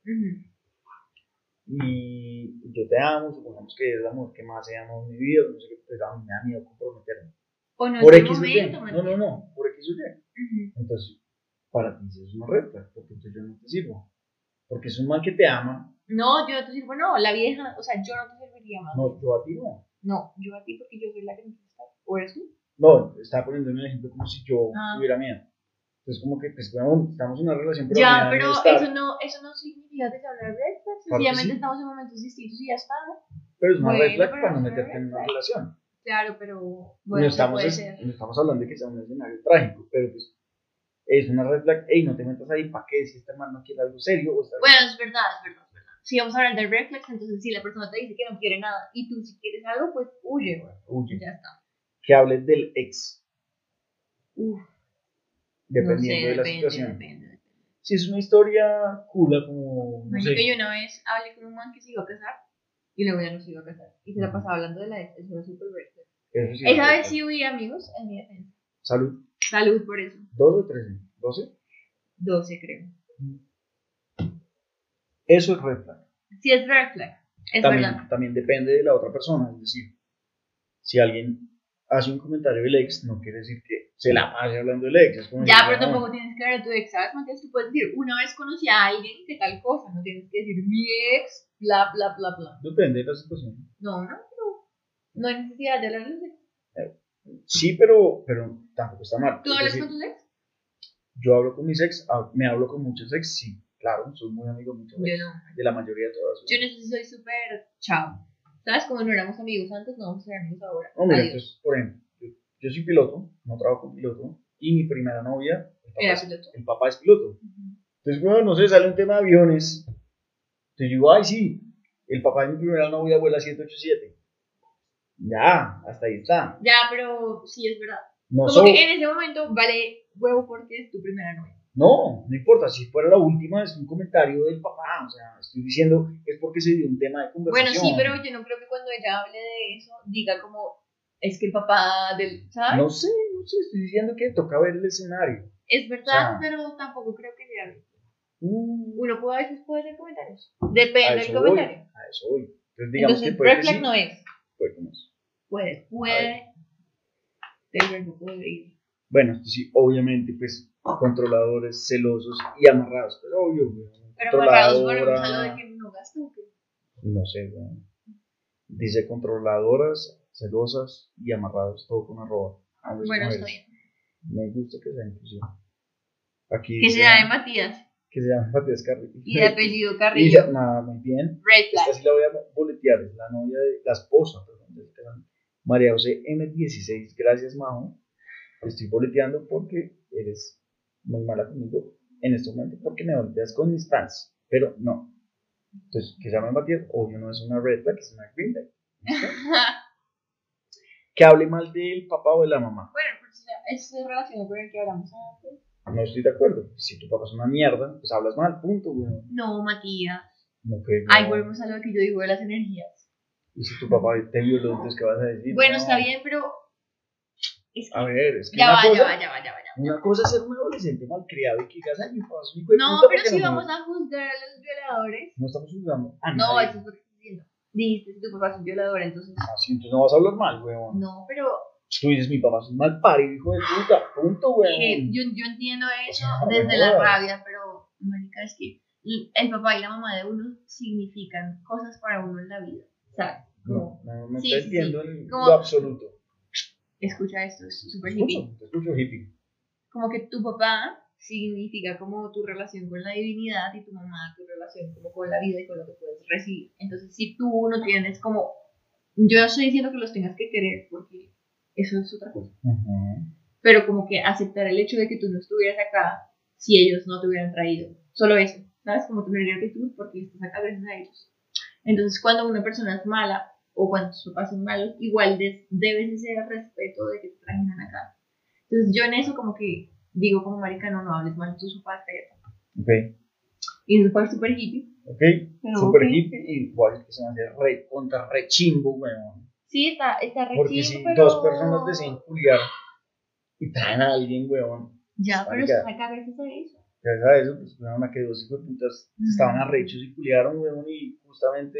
y yo te amo, supongamos que es el amor que más he amado en mi vida, no sé qué, pues a mí me da miedo comprometerme. O no Por es el X o Y. momento, No, por X o Y. Entonces, para ti sí es una red flag, porque entonces yo no te sirvo. Porque es un man que te ama, No, yo no te sirvo, no, la vieja, o sea, yo no te serviría más. no, yo a ti no. No, yo a ti porque yo soy la que no quiere estar. ¿O eres tú? No, estaba poniendo un ejemplo como si yo Ah. tuviera miedo. Entonces, como que, pues, bueno, estamos en una relación, pero Ya, me da pero miedo estar. eso no significa que se habla de red flags. Claro que Sencillamente sí. estamos en momentos distintos y ya está, ¿no? Pero es una Bueno, red flag pero para no es una meterte red en una flag. relación. Claro, pero No bueno, se estamos, puede ser. no estamos hablando de que sea un escenario trágico, pero pues es una red flag. Ey, no te metas ahí, ¿para qué? Si este man no quiere algo serio o está Bueno, es verdad. Si vamos a hablar de red flags, entonces si la persona te dice que no quiere nada y tú si quieres algo, pues huye. huye. Ya está. Que hables del ex, Uf, dependiendo no sé, de la depende, situación. depende. Si es una historia cool, como, no Imagínate sé, que yo una vez hablé con un man que se iba a casar y luego ya no se iba a casar. Y se la pasaba hablando de la ex, eso era súper red flag. eso sí. Esa es red vez flag. sí huí, amigos, en mi defensa. Salud. Salud por eso. 12 o 13, 12. 12 creo. Eso es red flag. Sí es red flag, es verdad. También depende de la otra persona. Es decir, si alguien hace un comentario del ex, no quiere decir que se la pase hablando del ex. Es como Ya, decir, pero no, tampoco tienes que hablar de tu ex, ¿sabes? Matías, tú puedes decir, una vez conocí a alguien que tal cosa, no tienes que decir mi ex, bla, bla, bla, bla. depende de la situación. No, pero no hay necesidad de hablar de tu ex. Sí, pero tampoco está mal. ¿Tú Es hablas decir, con tus ex? yo hablo con mis ex, me hablo con muchos ex, sí, claro, soy muy amigo de muchos Yo ex, no. de la mayoría de todas. Yo en eso sí soy súper chao. ¿Sabes? Como no éramos amigos antes, no vamos a ser amigos ahora. No, mira, Adiós. entonces, por ejemplo, yo soy piloto, no trabajo con piloto, y mi primera novia, Era piloto. el papá es piloto. Entonces, bueno, no sé, sale un tema de aviones. Entonces yo digo, ay, sí, el papá de mi primera novia vuela 787. Ya, hasta ahí está. Ya, pero sí es verdad. No, Como que en ese momento vale huevo porque es tu primera novia. no importa, si fuera la última es un comentario del papá, o sea, estoy diciendo, es porque se dio un tema de Bueno, conversación. sí, pero yo no creo que cuando ella hable de eso diga como es que el papá del, ¿sabes? No sé, estoy diciendo que toca ver el escenario. Es verdad, O sea, pero tampoco creo que sea. uh, Uno puede, a veces puede hacer comentarios. Depende a del eso comentario. a eso voy. Entonces, digamos Entonces, que puede red que flag sí, no es. puede que no. Puede. El verbo puede ir. Bueno, sí, obviamente, pues, controladores, celosos y amarrados, pero obvio, güey, Pero amarrados, bueno, controladora, ¿no lo de que no gasta o qué? no sé, güey. Dice controladoras, celosas y amarrados, todo con arroba. Hombres y Bueno, está mujeres. bien. Me gusta que sea inclusivo. Aquí Que dice sea de Matías que se llama Matías Carrillo. y de apellido Y Carrillo. ya, nada, muy bien. Red Esta flag. sí la voy a boletear, es la novia de, la esposa, perdón, de María José M16. Gracias, Majo. Te estoy boleteando porque eres muy mala conmigo en este momento, porque me boleteas con mis fans, pero no. Entonces, que se llame Matías, obvio no es una red flag, es una green flag. ¿Listo? Que hable mal del papá o de la mamá. Bueno, pues eso se relaciona con el que hablamos antes. No estoy de acuerdo. Si tu papá es una mierda, pues hablas mal, punto, güey. No, Matías. No, que Ay, no. volvemos a lo que yo digo de las energías. Y si tu papá te violó, entonces, ¿qué vas a decir? Bueno, No. está bien, pero es que A ver, es que ya una va, cosa, ya va. una cosa es ser un adolescente malcriado y que digas, ay, mi papá es un hijo de No, puta pero porque si no vamos me- a juzgar a los violadores. No estamos juzgando a No, nadie. eso es lo que estoy diciendo. Dijiste, si tu papá es un violador, entonces. Así, entonces no vas a hablar mal, weón. No, pero Tú dices, mi papá es un mal parido, hijo de puta, punto, weón. yo entiendo eso O sea, desde no la jodas. rabia, pero, marica, es que el papá y la mamá de uno significan cosas para uno en la vida. ¿Sabes? No, Como, no sí, te sí, entiendo sí. en Como- lo absoluto. escucha esto, es súper Te hippie. escucho hippie. como que tu papá significa como tu relación con la divinidad y tu mamá tu relación como con la vida y con lo que puedes recibir. Entonces, si tú no tienes como, yo no estoy diciendo que los tengas que querer porque eso es otra cosa, pero como que aceptar el hecho de que tú no estuvieras acá si ellos no te hubieran traído, solo eso, ¿sabes? Como tener gratitud porque estás acá gracias a ellos. Entonces, cuando una persona es mala o cuando sus papás son malos, igual debes ese respeto de que te trajeron acá. Entonces, yo en eso como que digo como marica, no hables mal de tus papás, cállate. Ok. Y eso fue súper hippie. Ok. Pero Super ok. hippie y igual que se me hace re contra re chimbo, weón. Sí, está re Porque chimbo, si pero... dos personas deciden culiar y traen a alguien, weón. Ya, pero marica, estás acá gracias a eso. gracias a eso, pues weón, a que dos hijos de putas estaban arrechos y culiaron, weón, y justamente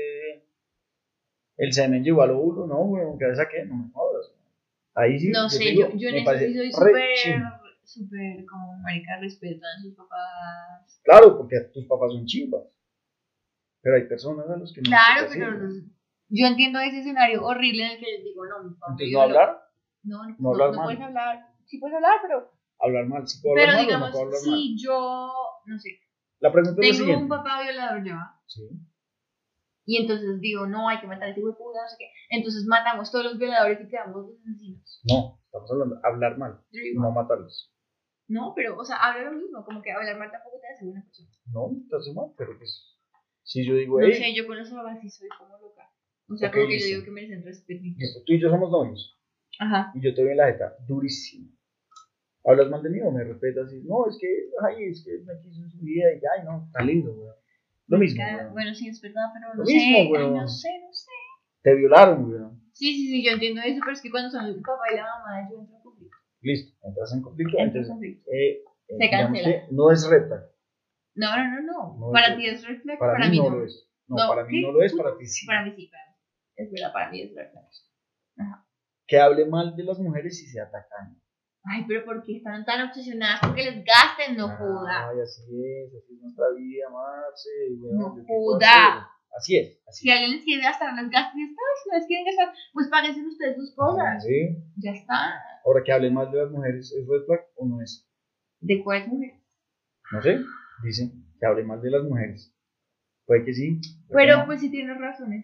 el semen llegó a lo uno, no, weón, gracias a qué, no me jodas. Ahí sí, No yo sé, digo, yo en me eso parece sí soy re chimbo. súper como marica, respeto a sus papás. Claro, porque tus papás son chimbas. Pero hay personas a los que no Claro, les toca pero así, weón. yo entiendo ese escenario horrible en el que les digo, no, mi papá me Entonces, dio ¿no hablar? No hablar mal. puedes hablar. Sí puedes hablar, pero... Hablar mal, ¿sí puedo hablar Pero mal o digamos, no puedo hablar mal? si yo, no sé, La pregunta es la tengo siguiente. un papá violador ya, Sí. y entonces digo, no, hay que matar a ese huepuda, no sé qué. Entonces matamos todos los violadores y quedamos los asesinos. No, estamos hablando de hablar mal, Yo digo, no matarlos. no, pero, o sea, habla lo mismo, como que hablar mal tampoco te hace buena persona. No, te hace mal, pero pues, si yo digo, No hey, sé, yo con los papás sí soy como loca. O sea, ok, como que listo. yo digo que merecen respeto. listo, tú y yo somos novios, Ajá. y yo te doy en la jeta, durísimo. ¿Hablas mal de mí o me respetas? Y, no, es que me quiso en su vida y ay, no, está lindo, weón. Lo mismo, weón. Bueno, sí, es verdad, pero Lo no mismo, sé, weón. no sé. Te violaron, weón. Sí, yo entiendo eso, pero es que cuando son el papá y la mamá, yo entro en conflicto. Listo, entras en conflicto, Entro en entonces, conflicto. Se digamos cancela. que no es red flag. No. No Para es ti es red flag, Para mí no no. lo es. No, No, para mí ¿qué? no lo es, para ti sí. Para mí sí, para mí. Es verdad, para mí es red flag. Ajá. Que hable mal de las mujeres y se atacan. Ay, pero ¿por qué están tan obsesionadas? Porque les gasten, no joda. Ay, así es nuestra vida, Marce. Bueno, No ¿yo qué puedo joda. hacer? Así es. Si alguien les quiere gastar, les gastan y está. Si no les quieren gastar, pues páguense ustedes sus cosas. Sí. Ya está. Ahora, que hable mal de las mujeres, ¿es red flag o no es? ¿De cuáles mujeres? No sé. Dicen que hable mal de las mujeres. Puede que sí. Pero no. pues sí tienes razones.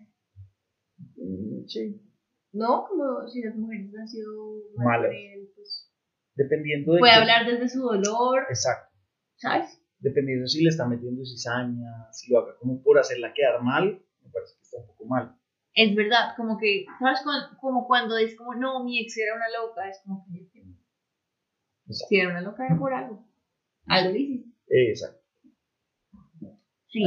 Sí. No, como si las mujeres han sido Malas. con él, pues Dependiendo de. puede qué- hablar desde su dolor, Exacto. ¿sabes? Dependiendo si le está metiendo cizaña, si lo haga como por hacerla quedar mal, me parece que está un poco mal. Es verdad, como que, ¿sabes? Como cuando es como, no, mi ex era una loca, es como que Exacto. si era una loca era por algo. Algo le hiciste. Exacto. Sí.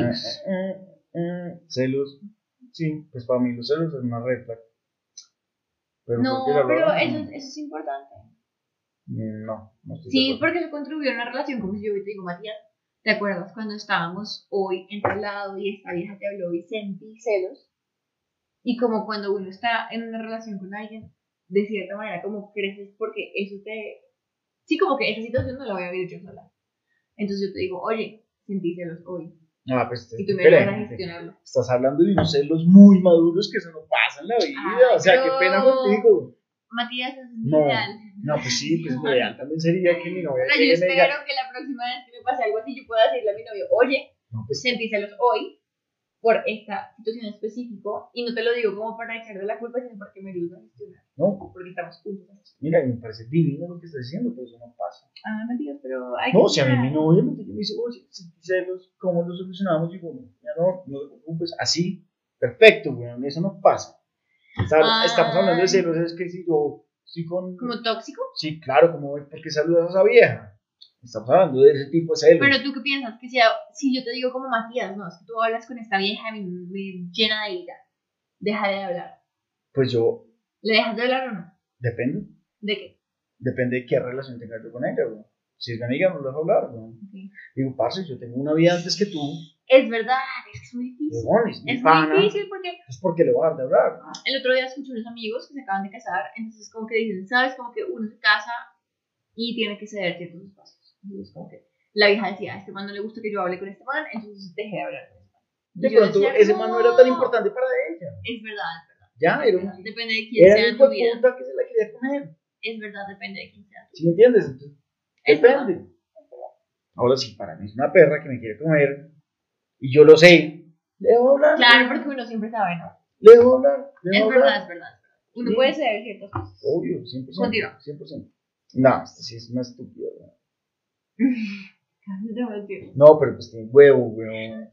Celos. Sí, pues para mí los celos es una red flag. Pero No, creo que pero la eso es importante. No estoy de Sí, acuerdo. porque eso contribuyó a una relación, como si yo te digo, Matías, ¿te acuerdas cuando estábamos hoy en tal lado y esta vieja te habló y sentí celos? Y como cuando uno está en una relación con alguien, de cierta manera como creces porque eso te... Sí, como que esa situación no la voy a vivir yo sola. Entonces yo te digo, oye, sentí celos hoy. Ah, pues Y tú me ayudas a diferente. gestionarlo. Estás hablando de unos celos muy maduros que eso no pasa en la vida. Ay, o sea, pero- qué pena contigo. Matías, eso es mi No, ideal. no, pues sí, pues lo ideal también sería que mi novia Pero yo llegue y me diga, espero que la próxima vez que me pase algo así, yo pueda decirle a mi novio, oye, no, pues sentí celos hoy por esta situación en específico, y no te lo digo como para echarle la culpa, sino porque me ayuda a gestionar, no, porque estamos juntos. mira, me parece divino lo que estás diciendo, pero eso no pasa. Ah, Matías, pero hay No, que si a mí mi gestionar. novia me dice, oye, sentí celos, ¿cómo lo solucionamos? Digo, ya no te preocupes, así, perfecto, weón, eso no pasa. Estamos hablando de celos, es que si yo estoy con... ¿Como tóxico? Sí, claro, como, ¿por qué saludas a esa vieja? Estamos hablando de ese tipo de celos. Pero tú qué piensas, que si yo te digo como Matías, no, es que tú hablas con esta vieja y me llena de ira, deja de hablar. Pues yo, ¿Le dejas de hablar o no? depende ¿De qué? de qué relación tenga yo con ella, güey. Si es mi amiga, no le dejo hablar, güey. Okay. Digo, parce, yo tengo una vida antes que tú, Es verdad, es que es muy difícil. huevón, es mi Es pana, muy difícil porque es porque le voy a dar de hablar. el otro día escuché unos amigos que se acaban de casar, entonces como que dicen, ¿sabes? Como que uno se casa y tiene que ceder ciertos espacios. Entonces como que la vieja decía, a este man no le gusta que yo hable con este man, entonces dejé de hablar con este man. De Y yo pronto, decía, ese man no era tan importante para ella. Es verdad, Ya, era un... depende de quién Era sea el en hijo tu de vida. puta que se la quería comer. Es verdad, depende de quién sea. ¿Sí me entiendes? Entonces, Depende. Ahora sí, para mí es una perra que me quiere comer y yo lo sé. Le voy a hablar. Claro, porque uno siempre sabe, ¿no? Le voy a hablar. Es verdad, es verdad. Uno Sí. puede saber ciertas cosas. Obvio, 100%. Continúa. 100%. No, esto sí es una estúpida. Casi te voy a decir. No, pero pues tiene huevo, weón.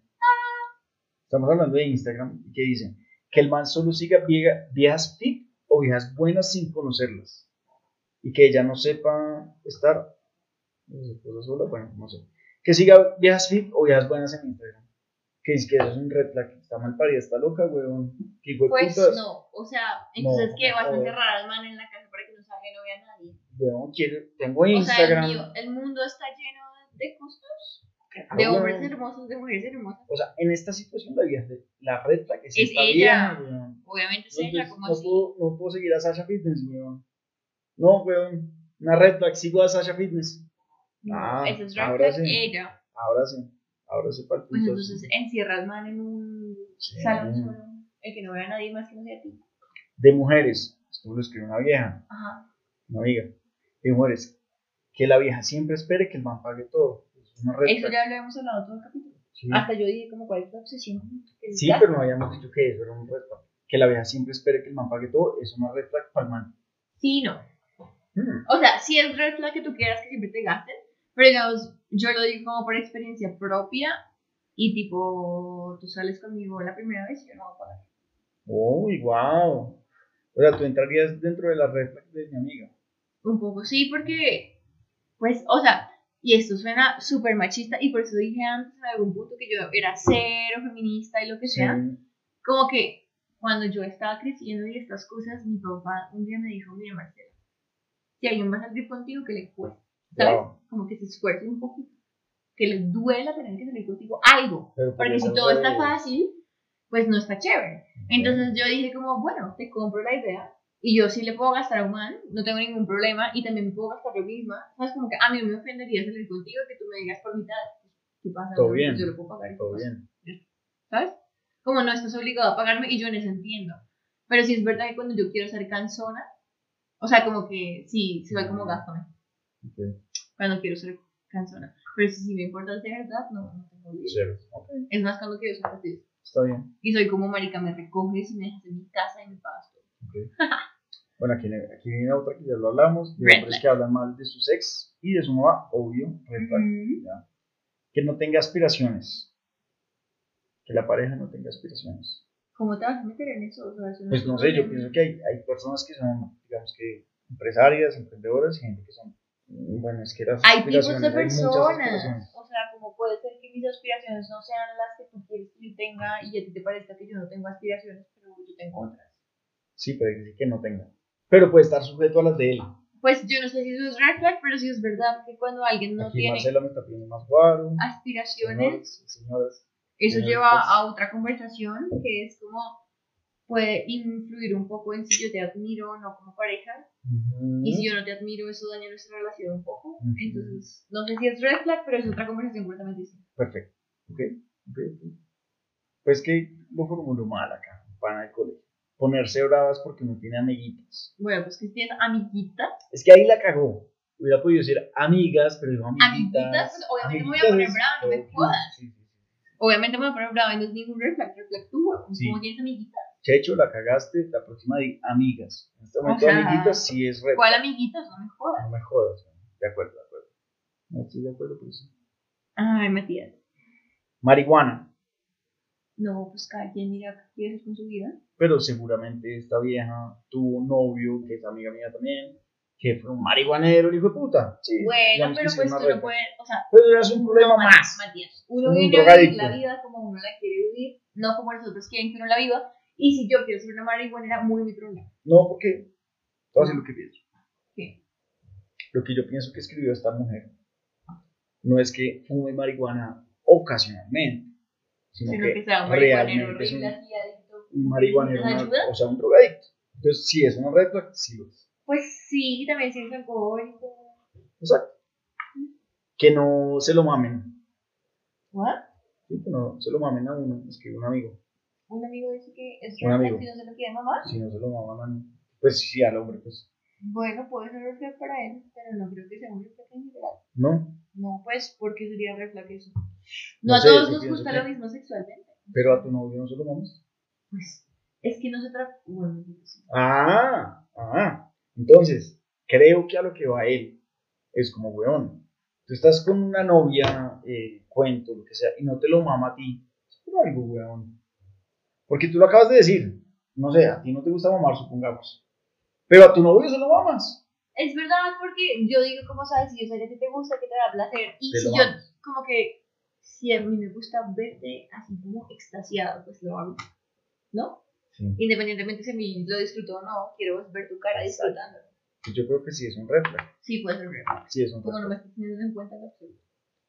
Estamos hablando de Instagram y que dice que el man solo siga viejas fit o viejas buenas sin conocerlas. Y que ella no sepa estar. No sé, cosa sola, bueno, no sé. Que siga viejas fit o viejas buenas en Instagram. Que es que eso es un red flag. Está mal parida, está loca, weón. Que hijo de Pues putas. no, o sea, entonces No, ¿qué? ¿Vas a joder. encerrar al man en la casa para que no salga y no vea a nadie? Weón, tengo O sea, Instagram. el mundo está lleno de gustos, Ah, de weón. hombres hermosos, de mujeres hermosas. O sea, en esta situación la red flag es Es esta ella. vieja, weón. Obviamente es No, ella, pues, como no así. no puedo seguir a Sasha Fitness, weón. No, weón. Una red flag, sigo a Sasha Fitness. No, Ah, esa es ahora red flag, sí. ella. Ahora sí para el Pues punto. entonces encierra al man en un Sí. salón solo, el que no vea a nadie más que no sea a ti. De mujeres, esto lo escribe una vieja, Ajá. una amiga. De mujeres, que la vieja siempre espere que el man pague todo. Es una red Eso flag. ya lo hemos hablado todo el capítulo. Sí, Hasta yo dije como cuál es la obsesión. sí, pero no habíamos dicho que eso era un red flag. Que la vieja siempre espere que el man pague todo es una red flag para el man. Sí, no. Hmm. O sea, sí es red flag que tú quieras que siempre te gasten, pero digamos, yo lo digo como por experiencia propia y tipo, tú sales conmigo la primera vez y yo no voy a pagar. Uy, wow. O sea, tú entrarías dentro de la red flag de mi amiga. Un poco sí, porque, pues, o sea, y esto suena súper machista y por eso dije antes en algún punto que yo era cero feminista y lo que sea, como que cuando yo estaba creciendo y estas cosas, mi papá un día me dijo, mira Marcela, si alguien va a salir contigo, que le cueste, ¿sabes? Wow. Como que se esfuerce un poquito, que le duela tener que salir contigo algo, Pero porque si eso todo al está revés. fácil, pues no está chévere. Entonces yo dije como, bueno, te compro la idea y yo sí le puedo gastar a un man, no tengo ningún problema y también me puedo gastar yo misma, ¿sabes? Como que a mí no me ofendería salir contigo que tú me digas por mitad, ¿qué pasa? Todo No, bien. pues yo lo puedo pagar y Todo pues, bien. ¿sabes? Como no estás obligado a pagarme y yo en eso entiendo. Pero sí es verdad que cuando yo quiero ser cansona, o sea, como que sí, se va como gástame. Okay. Cuando quiero ser cansona. Pero si me importa de verdad, no tengo lío. Cero. Okay. Es más cuando quiero ser fastidiosa. Está bien. Y soy como marica, me recoges y me dejas en mi casa y me pagas todo. Okay. Bueno, aquí viene otra que ya lo hablamos, de Red hombres flag. que hablan mal de sus ex y de su mamá, obvio, red flag, ¿ya? Que no tenga aspiraciones, que la pareja no tenga aspiraciones. ¿Cómo te vas a meter en eso? O sea, eso Pues es no un sé, yo problema. pienso que hay personas que son, digamos que, empresarias, emprendedoras y gente que son, bueno, es que las Hay tipos de aspiraciones, hay muchas personas. aspiraciones. O sea, como puede ser que mis aspiraciones no sean las que tú quieres que yo tenga y a ti te parezca que yo no tengo aspiraciones, pero yo tengo otras. Sí, puede decir que no tenga, pero puede estar sujeto a las de él. Pues yo no sé si eso es red flag, pero sí es verdad que cuando alguien no Aquí tiene Marcela me está pidiendo más guaro. aspiraciones, Señoras. eso señoritas. lleva a otra conversación que es como puede influir un poco en si yo te admiro o no como pareja. Ujú. Y si yo no te admiro, eso daña nuestra relación un poco. Ujú. Entonces, no sé si es red flag, pero es otra conversación completamente distinta. Perfecto. Ok. Pues que lo formuló mal acá, pana de colegio. Ponerse bravas porque no tiene amiguitas. Bueno, pues que tienes amiguitas. Es que ahí la cagó. Hubiera podido decir amigas, pero dijo amiguitas. Amiguitas, pues, obviamente me voy a poner brava, no me jodas. Sí. Obviamente me voy a poner brava y no es ningún red flag tú, Sí. ¿cómo tienes amiguitas? Checho, la cagaste, la próxima di amigas. En este momento O sea, amiguitas sí es red. ¿Cuál amiguitas? No me jodas. No me jodas. De acuerdo. No estoy de acuerdo, pero sí. Ay, Matías. Marihuana. No, pues cada quien dirá qué quiere hacer con su vida. Pero seguramente esta vieja tuvo un novio, que es amiga mía también, que fue un marihuanero, el hijo de puta. Sí, Bueno, digamos que pero sí, pues una tú red no flag. puedes, o sea, Pero ya es un problema no, más. Matías, uno Un viene a vivir drogadicto. la vida como uno la quiere vivir, no como nosotros quieren que uno la viva. Y si yo quiero ser una marihuanera, muy mi problema. No, porque todo así lo que pienso. ¿Qué? Lo que yo pienso que escribió esta mujer no es que fume marihuana ocasionalmente, sino que sea un marihuanero realmente es horrible, así adicto. un marihuanero, ¿Necesitas ayuda? o sea, un drogadicto. Entonces, sí, es una red flag, sí lo es. Pues sí, también si es alcohólico. Exacto. Que no se lo mamen. ¿What? Sí, que no se lo mamen a uno, es que un amigo. Un amigo dice que es Un red amigo. flag si no se lo quiere mamar. Si no se lo maman a uno. Pues sí, al hombre, pues. Bueno, puede ser red flag para él, pero no creo que sea un red flag en general. ¿No? No, pues, porque sería red flag eso. No No a sé, todos yo nos pienso gusta que- lo mismo sexualmente. Pero a tu novio no se lo mamas. Pues, es que no se trata. Bueno, sí. Entonces, creo que a lo que va él es como, weón, tú estás con una novia, cuento, lo que sea, y no te lo mama a ti. Es por algo, weón. Porque tú lo acabas de decir. No sé, a ti no te gusta mamar, supongamos. Pero a tu novio se lo mamas. Es verdad, porque yo digo, ¿cómo sabes? Si yo sé que a ti te gusta, que te da placer. Y Te si lo yo, mamas. como que, si a mí me gusta verte así como extasiado, pues lo hago, ¿no? Sí. Independientemente si a mí lo disfruto o no, quiero ver tu cara disfrutando. Yo creo que sí es un red flag. Sí, puede ser real. Sí es un red Como no me flag. estás teniendo en cuenta en absoluto.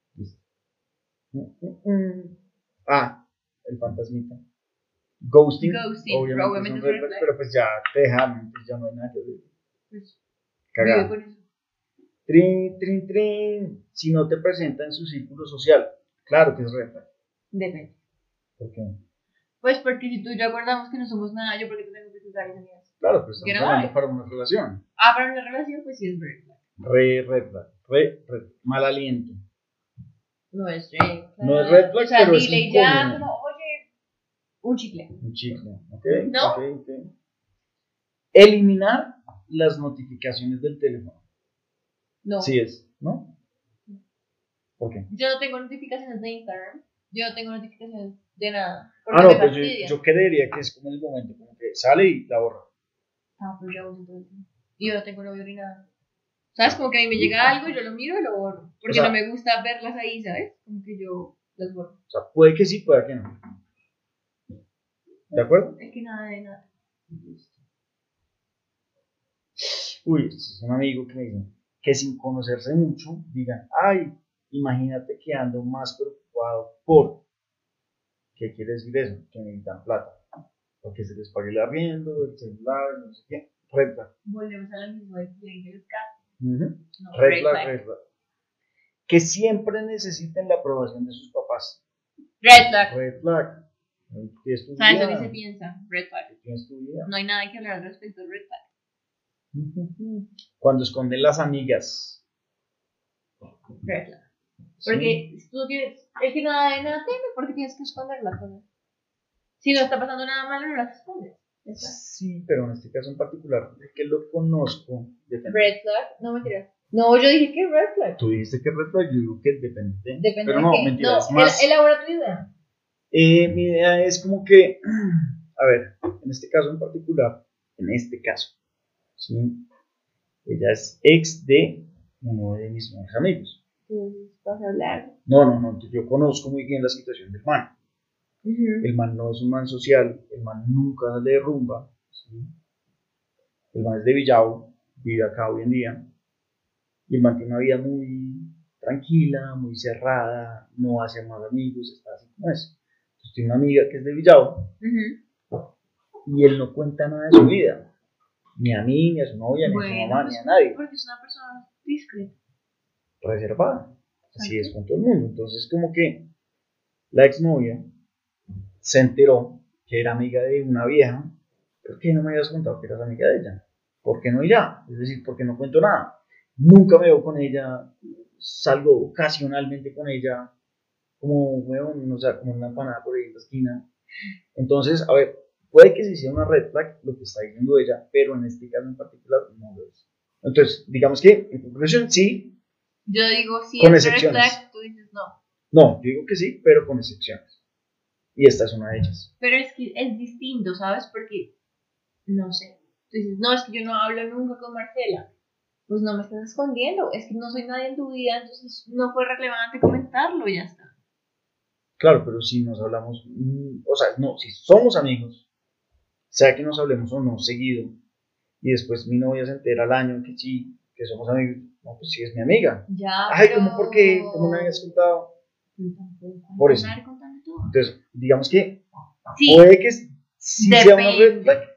El fantasmita. Ghosting. Ghosting, Obviamente es un es red red flag, flag. pero pues ya te dejaron, pues ya no hay nada que ver. Pues, vive Cagada. con eso. Trin, trin, trin. Si no te presenta en su círculo social, claro que es red flag. Depende. ¿Por qué? Pues porque si tú y yo acordamos que no somos nada, yo porque te tengo que juzgar y amigas. Claro, pues Que estamos no hablando hay. para una relación. Ah, para una relación, pues sí es red flag. Red flag. Mal aliento. No es red flag. No es red flag, O sea, pero es dile y ya, incómodo. como, oye, un chicle. Un chicle, ¿ok? ¿No? Ok. Eliminar las notificaciones del teléfono. No. Sí es, ¿no? ¿Por qué? Yo no tengo notificaciones de Instagram. Yo no tengo notificaciones de nada. Ah, no, me pues fastidia. yo creería que es como el momento, como que sale y la borra. Ah, pues ya uso todo eso. Y yo no tengo novio ni nada. ¿Sabes? Como que a mí me llega algo, yo lo miro y lo borro. Porque O sea, no me gusta verlas ahí, ¿sabes? Como que yo las borro. O sea, puede que sí, puede que no. ¿De acuerdo? Es que nada de nada. Uy, este es un amigo que me dice que sin conocerse mucho digan, ay, imagínate que ando más preocupado por. ¿Qué quiere decir eso? Que necesitan plata. Porque se les pague el arriendo, el celular, no sé qué. Red flag. Volvemos a lo mismo de que los casos. Ujú. No, Red flag. Que siempre necesiten la aprobación de sus papás. Red flag. Red flag. ¿Qué es tu ¿Sabes lo vida? que se piensa? Red flag. ¿Qué es tu vida? No hay nada que hablar al respecto de red flag. Cuando esconden las amigas. Red flag. Sí. Porque si tú tienes, es que nada de nada teme porque tienes que esconder las cosas. Si no está pasando nada malo, no las escondes. Ya está. Sí, pero en este caso en particular, de que lo conozco, depende. Red flag, no me creas. No, yo dije que red flag. Tú dijiste que red flag, yo digo que depende. Depende Pero de no, qué. mentira, No, es más. elabora tu idea. Mi idea es como que, a ver, en este caso en particular, ¿sí? Ella es ex de uno de mis mejores amigos. Tú vas a hablar. No, yo conozco muy bien la situación del man. El man no es un man social, el man nunca sale de rumba, ¿sí? El man es de Villavo, vive acá hoy en día, y el man tiene una vida muy tranquila, muy cerrada, no hace más amigos, está así como es. Entonces tiene una amiga que es de Villavo, y él no cuenta nada de su vida, ni a mí, ni a su novia, ni a su mamá, ni a nadie, Porque es una persona discreta. reservada, así es con todo el mundo. Entonces como que la exnovia se enteró que era amiga de una vieja. ¿Por qué no me habías contado que eras amiga de ella? ¿Por qué no ella? Es decir, ¿por qué no cuento nada? Nunca me veo con ella, salgo ocasionalmente con ella, como, weón, o sea, como una empanada por ahí en la esquina. Entonces, a ver, puede que se hiciera una red flag lo que está diciendo ella, pero en este caso en particular no lo es. Entonces, digamos que, en conclusión, sí. Yo digo sí, Con es red excepciones. flag, tú dices no. No, yo digo que sí, pero con excepciones. Y esta es una de ellas. Pero es que es distinto, ¿sabes? Porque, no sé, tú dices, no, es que yo no hablo nunca con Marcela. Pues no me estás escondiendo, es que no soy nadie en tu vida, entonces no fue relevante comentarlo y ya está. Claro, pero si nos hablamos, o sea, no, si somos amigos, sea que nos hablemos o no seguido, y después mi novia se entera al año que sí, que somos amigos, no, pues sí es mi amiga. Ya, Ay, pero... ¿cómo por qué? ¿Cómo me habías contado? Por eso. Contando todo. Entonces, digamos que Sí, puede que sí sea una depende. red flag,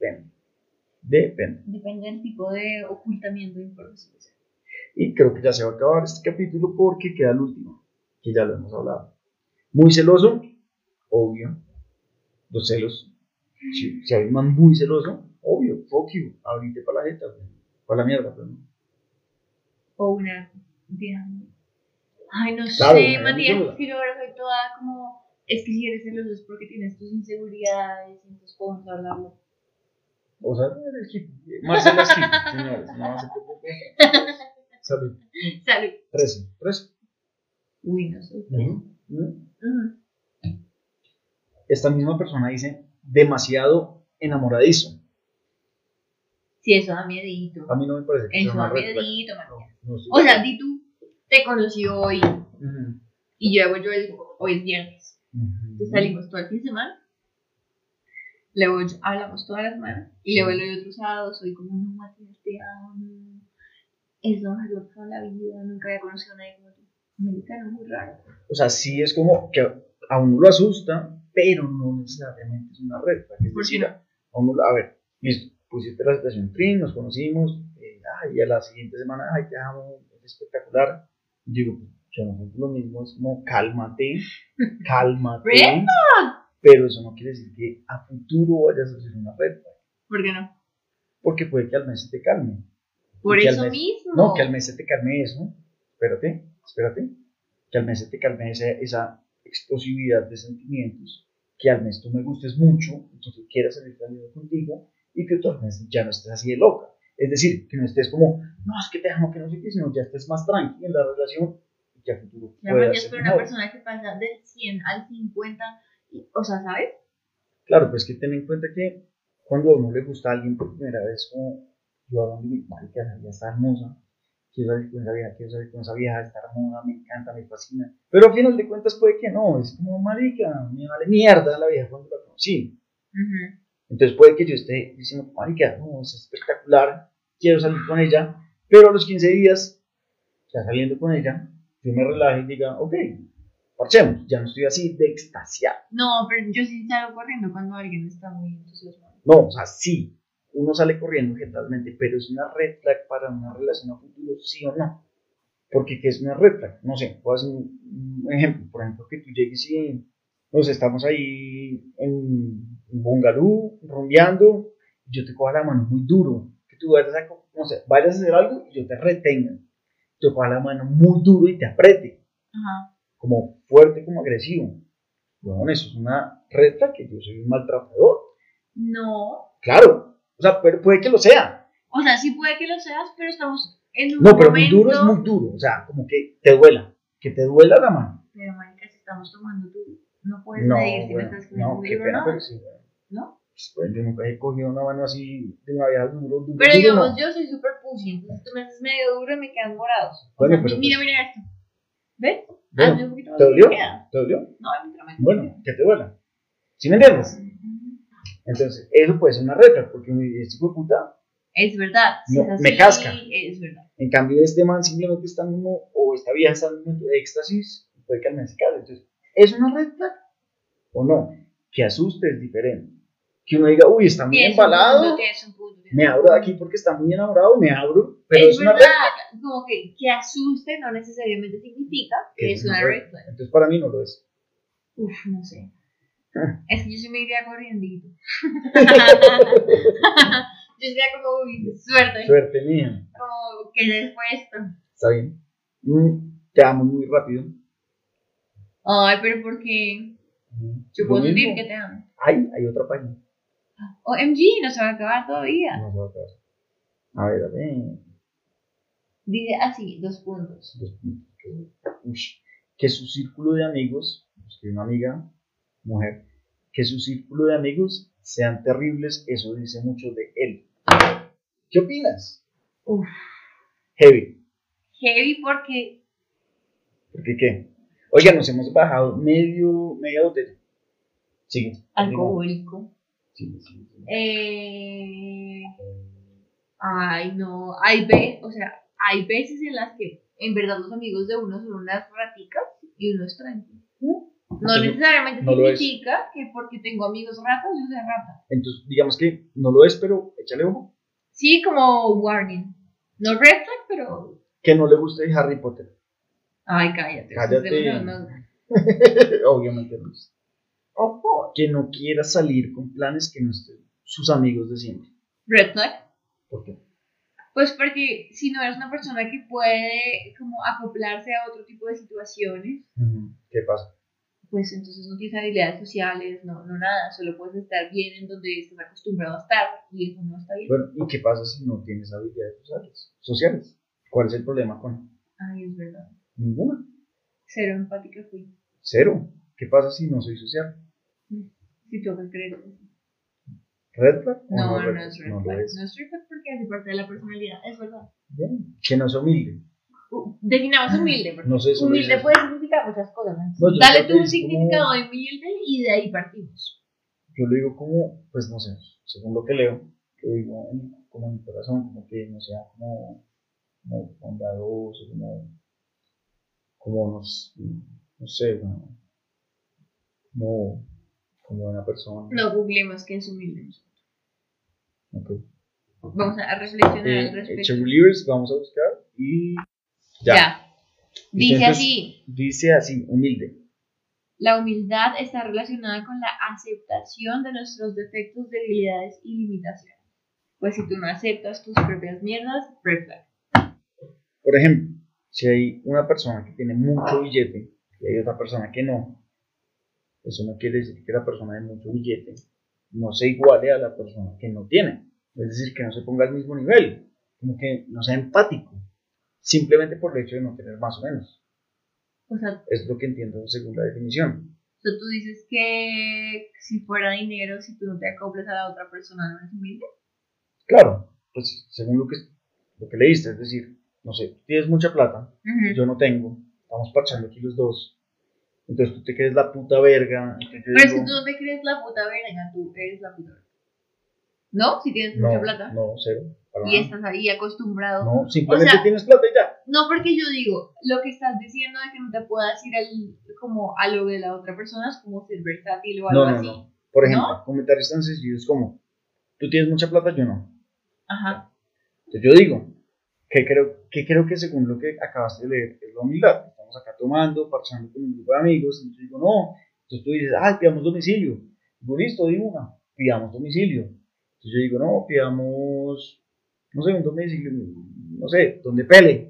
depende. Depende del tipo de ocultamiento de información. Y creo que ya se va a acabar este capítulo porque queda el último, que ya lo hemos hablado. Muy celoso, obvio. Los celos. Si hay un man muy celoso, obvio, fuck you, abrite para la jeta. Fue a la mierda, pero no. O una tía. Ay, no Claro, sé, me Matías, ayuda. es que yo ahora soy toda como. Es que si eres celoso es porque tienes tus inseguridades, entonces podemos hablarlo. O sea, eres hippie. Marcela es hippie, señores. No se preocupen. Salud. Salud. 13. Uy, no sé. Esta misma persona dice demasiado enamoradizo. Sí, eso da miedito. A mí no me parece que sea Eso una da red flag. miedito, Matías. No sé. O sea, di tú, te conocí hoy Ujú. y luego yo hoy es viernes. Entonces salimos todo el fin de semana. Luego hablamos toda la semana. Y luego el otro sábado soy como, no, Matías, te amo. Es lo mejor de toda la vida. Nunca había conocido a nadie como tú. Americano, muy raro. O sea, sí es como que a uno lo asusta, pero no necesariamente es una red flag. Es ¿Por decir, qué no? a uno, a ver, listo, pusiste la situación trin, nos conocimos, y a la siguiente semana, ay, te amo, es espectacular. Y digo, yo no siento lo mismo, es como, cálmate, ¿Red? pero eso no quiere decir que a futuro vayas a hacer una red flag, ¿Por qué no? porque puede que al mes se te calme. Por Y que al eso mes- mismo. No, que al mes se te calme eso, espérate, que al mes se te calme esa explosividad de sentimientos, que al mes tú me gustes mucho, y que tú quieras salir saliendo contigo, y que tú al mes ya no estés así de loca. Es decir, que no estés como, no, es que te amo, que no sé qué, sino ya estés más tranquila en la relación y que a futuro La pueda Matías, ser pero una mejor. persona que pasa del 100 al 50, o sea, ¿sabes? Claro, pues que ten en cuenta que cuando a uno le gusta a alguien por primera vez, como yo hablando de mi marica, ya está hermosa, quiero salir con esa vieja, está hermosa, me encanta, me fascina. Pero al final de cuentas puede que no, es como marica, me vale mierda la vieja cuando la conocí. Entonces puede que yo esté diciendo, marica, no, es espectacular, quiero salir con ella, pero a los 15 días, ya saliendo con ella, yo me relaje y diga, ok, parchemos, ya no estoy así de extasiado. No, pero yo sí salgo corriendo cuando alguien está muy entusiasmado. No, o sea, sí, uno sale corriendo generalmente, pero es una red flag para una relación a futuro, sí o no. Porque ¿qué es una red flag? No sé, puedo hacer un ejemplo, por ejemplo, que tú llegues y nos estamos ahí en un bungalú, rumbeando, y yo te coja la mano muy duro, que tú vayas a, no sé, vayas a hacer algo y yo te retenga, yo coja la mano muy duro y te apriete, Ajá. como fuerte, como agresivo. Bueno, eso es una red flag, que yo soy un maltratador. No. Claro, o sea, pero puede que lo sea. O sea, sí puede que lo seas, pero estamos en un No, pero muy momento... duro es muy duro, o sea, como que te duela la mano. Pero, marica, si estamos tomando tú, no puedes No, medir si me bueno, estás cogiendo no, un qué libro o pena, no. pero sí. ¿No? Pues yo nunca he cogido una mano así de una vieja duro. Pero duro, digamos, no. yo soy súper pussy, entonces tú me haces medio duro y me quedan morados. O Bueno, sea, pero mira, pues- mira esto. ¿Ves? Bueno, Hazme un poquito más ¿te y dolió? me queda. ¿Te dolió? No, a mí no me Bueno, que te duela. ¿Sí me entiendes? Entonces, eso puede ser una regla, porque este hijo de puta, Es verdad. Si No, es así, me casca. Es verdad. en cambio, este man simplemente está en uno, o esta vieja está en un momento de éxtasis, y puede que al mes se cale. Entonces, ¿es una red flag o no? Que asuste es diferente. Que uno diga, uy, está muy Tienes un embalado, punto, tienes un punto, tienes me un abro de punto. aquí porque está muy enamorado, me abro, pero es una red verdad, como que asuste no necesariamente significa que es una red flag. Entonces, para mí no lo es. Uf, no sé. Ah. Es que yo sí me iría corriendito. Yo sería como, uy, suerte. Suerte mía. Como, ¿qué es esto? Está bien. Te amo muy rápido. Ay, pero ¿por qué? Yo Lo puedo mismo. sentir que te amo. Hay otra página. OMG, no se va a acabar todavía. No se va a acabar. A ver. Dice así, 2 puntos. Dos puntos. Ush. Que su círculo de amigos, que una amiga, mujer, que su círculo de amigos sean terribles, eso dice mucho de él. ¿Qué opinas? Uf. Heavy. Heavy porque ¿Por qué qué? Oiga, nos hemos bajado media botella. Sigue. alcohólico. Sigue. Ay, no. O sea, hay veces en las que en verdad los amigos de uno son unas raticas y uno es tranquilo. No necesariamente no lo es. significa que porque tengo amigos ratas yo sea rata. Entonces, digamos que no lo es, pero échale ojo. Sí, como warning. No red flag, pero... Que no le guste Harry Potter. Ay, cállate. Cállate. No. Obviamente no es. Ojo. Que no quiera salir con planes que no estén sus amigos de siempre. Red flag. ¿Por qué? Pues porque si no eres una persona que puede como acoplarse a otro tipo de situaciones, ¿Qué pasa? pues entonces no tienes habilidades sociales, no nada, solo puedes estar bien en donde estás acostumbrado a estar y eso no está bien. Bueno, ¿y qué pasa si no tienes habilidades sociales? ¿Cuál es el problema con Ay, es verdad. ninguna? Cero empática fui. Cero. ¿Qué pasa si no soy social? Si tengo que creer. ¿Red flag? ¿O No red es flag? red No flag. lo es. No es red flag porque hace parte de la personalidad, es verdad. Bien. Que no es humilde. Definamos humilde, porque No sé, eso humilde es- puede significar muchas cosas. No, yo Dale creo tú que un es significado como- de humilde y de ahí partimos. Yo lo digo como, pues no sé, según lo que leo, lo digo como en mi corazón, como que no sea como bondadoso, como no sé, como una persona. No googleemos qué es humilde. Ok. Vamos a reflexionar al respecto. Cheerleaders, vamos a buscar y Ya. Dice Entonces, así. Dice así, humilde. La humildad está relacionada con la aceptación de nuestros defectos, debilidades y limitaciones. Pues si tú no aceptas tus propias mierdas, red flag. Por ejemplo, si hay una persona que tiene mucho billete y hay otra persona que no, eso no quiere decir que la persona de mucho billete no se iguale a la persona que no tiene. Es decir, que no se ponga al mismo nivel, como que no sea empático, simplemente por el hecho de no tener más o menos. O sea, Es lo que entiendo según la definición. tú dices que si fuera dinero, si tú no te acoplas a la otra persona, ¿no eres humilde? Claro, pues según lo que leíste, es decir, no sé, tú tienes mucha plata, yo no tengo, estamos parchando aquí los dos, entonces tú te crees la puta verga. Pero es que tú no te crees la puta verga, tú eres la puta verga. ¿No? Si tienes mucha plata. No, cero. Y estás ahí acostumbrado. No, simplemente O sea, tienes plata y ya. No, porque yo digo, lo que estás diciendo de que no te puedas ir como a lo de la otra persona es como ser versátil o algo así. No. Por ejemplo, ¿No? comentarios tan sencillos como, tú tienes mucha plata, yo no. Ajá. Entonces yo digo, que creo que según lo que acabaste de leer es la humildad. Estamos acá tomando, parchando con un grupo de amigos, entonces yo digo, no. Entonces tú dices, pidamos domicilio. Digo, listo, digo una, pidamos domicilio. Entonces yo digo, no, pidamos, no sé, un domicilio, no sé, donde pele.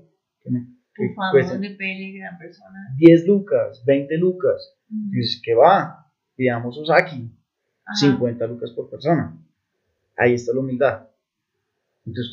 Donde pele, gran persona. 10 lucas, 20 lucas. Dices, ¿qué va? Pidamos Osaki. Ajá. 50 lucas por persona. Ahí está la humildad. Entonces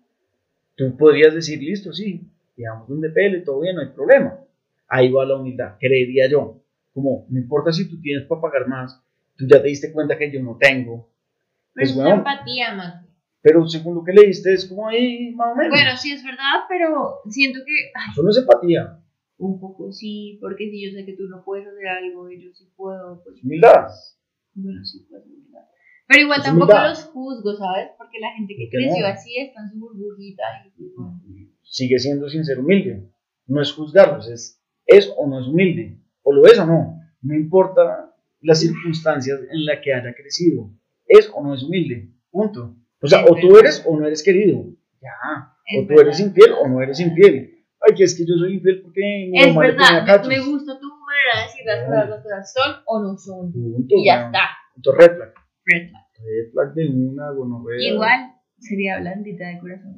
tú podrías decir, listo, sí, pidamos donde pele, todo bien, no hay problema. Ahí va la humildad, creería yo. Como, no importa si tú tienes para pagar más, tú ya te diste cuenta que yo no tengo. Pero Pues, es bueno, empatía, más. pero según lo que leíste es como ahí, más o menos. Bueno, sí es verdad, pero siento que Eso no es empatía. un poco sí, porque si yo sé que tú no puedes hacer algo y yo sí puedo, pues Humildad. bueno, sí puedo humildad. Pero igual Es tampoco humildad. los juzgo, ¿sabes? Porque la gente que ¿Por qué creció no? así está en su burbujita y bueno. Sigue siendo sin ser humilde. No es juzgarlos, es o no es humilde. O lo es o no. No importa las circunstancias en las que haya crecido. Es o no es humilde. Punto. O sea, o tú eres o no eres querido. Ya. O tú eres infiel o no eres infiel. Ay, que es que yo soy infiel porque mi Es mamá le ponía verdad, cachos. me gusta tu manera de decir las cosas son o no son. Punto, Y ya bueno. está. Entonces, red flag. Red flag. Red flag de una gonorrea. Igual sería blandita de corazón.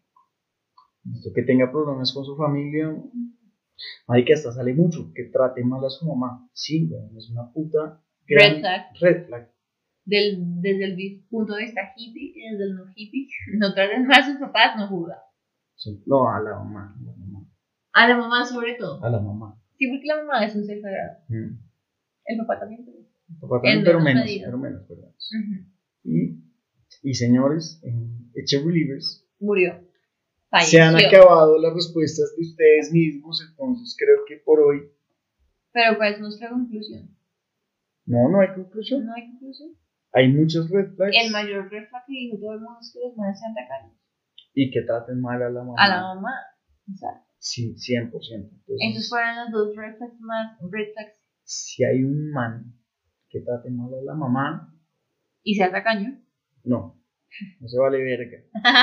Esto que tenga problemas con su familia. Ay, que hasta sale mucho. Que trate mal a su mamá. Sí, bueno, es una puta. Red flag. Red flag. Desde el punto de vista hippie y desde el no hippie, no traten mal a sus papás, no juzga. Sí. No, a la mamá. A la mamá sobre todo. A la mamá. Sí, porque la mamá es un ser sagrado. El papá también. Papá también, En pero menos menos, medida. pero menos. Y señores, Cheerleaders, Murió. se han Falleció. acabado las respuestas de ustedes mismos, entonces creo que por hoy Pero ¿cuál es nuestra conclusión? no hay conclusión. No hay conclusión. Hay muchos red flags El mayor red flag que dijo todo el mundo es que los manes sean tacaños. y que traten mal a la mamá. A la mamá. Exacto. Sí, 100%. Entonces, Esos fueron los dos red flags más red flags. si hay un man que trate mal a la mamá, Y sea tacaño. no se vale verga.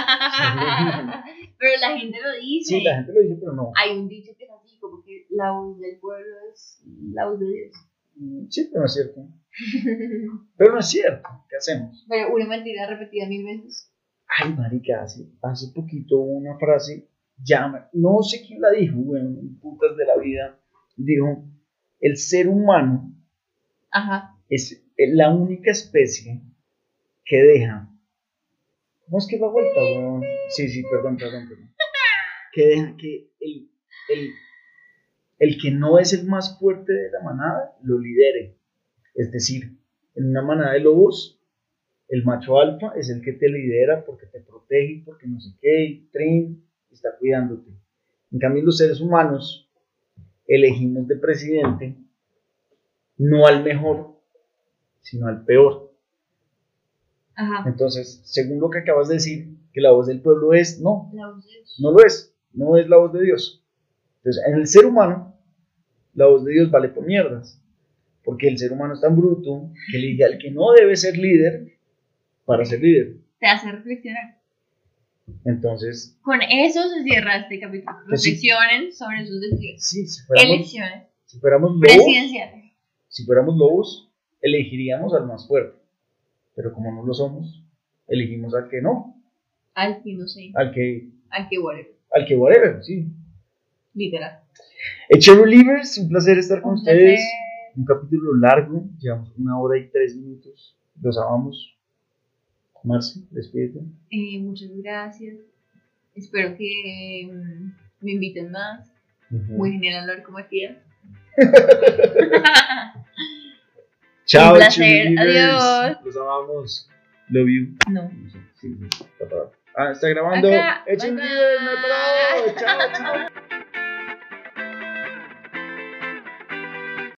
Pero la gente lo dice. Sí, la gente lo dice, pero no. Hay un dicho que es así, como que la voz del pueblo es la voz de Dios. Sí, pero no es cierto. Pero no es cierto. ¿Qué hacemos? Pero una mentira repetida 1000 veces. Ay, marica, hace poquito hubo una frase, no sé quién la dijo, bueno, putas de la vida, dijo, el ser humano Ajá. es la única especie que deja, ¿cómo es que es la vuelta, weón? Sí, perdón. Que deja que el que no es el más fuerte de la manada lo lidere. Es decir, en una manada de lobos, el macho alfa es el que te lidera porque te protege, porque no sé qué, y está cuidándote. En cambio, los seres humanos elegimos de presidente no al mejor, sino al peor. Ajá. Entonces, según lo que acabas de decir, que la voz del pueblo es, no, La voz de Dios. no lo es, no es la voz de Dios. Entonces, en el ser humano, la voz de Dios vale por mierdas, porque el ser humano es tan bruto que elige al que no debe ser líder para ser líder. Te hace reflexionar. Entonces, Con eso se cierra este capítulo. Pues sí. Reflexionen sobre sus decisiones. sí, Elecciones si fuéramos lobos, presidenciales. elegiríamos al más fuerte. Pero como no lo somos, elegimos al que no, Al que no sé. al que Whatever. sí. Literal. Cherry Livers, un placer estar con Un ustedes. placer. Un capítulo largo, llevamos 1 hora y 3 minutos. Los amamos. Marce, despídete. Muchas gracias. Espero que me inviten más. Uh-huh. Muy genial hablar como tía. Chao, Un placer. Cherry Livers. Adiós. Los amamos. Love you. No. Sí, está parado. Está grabando. Acá. Cherry Bye, Livers, no he bye. parado. Chao.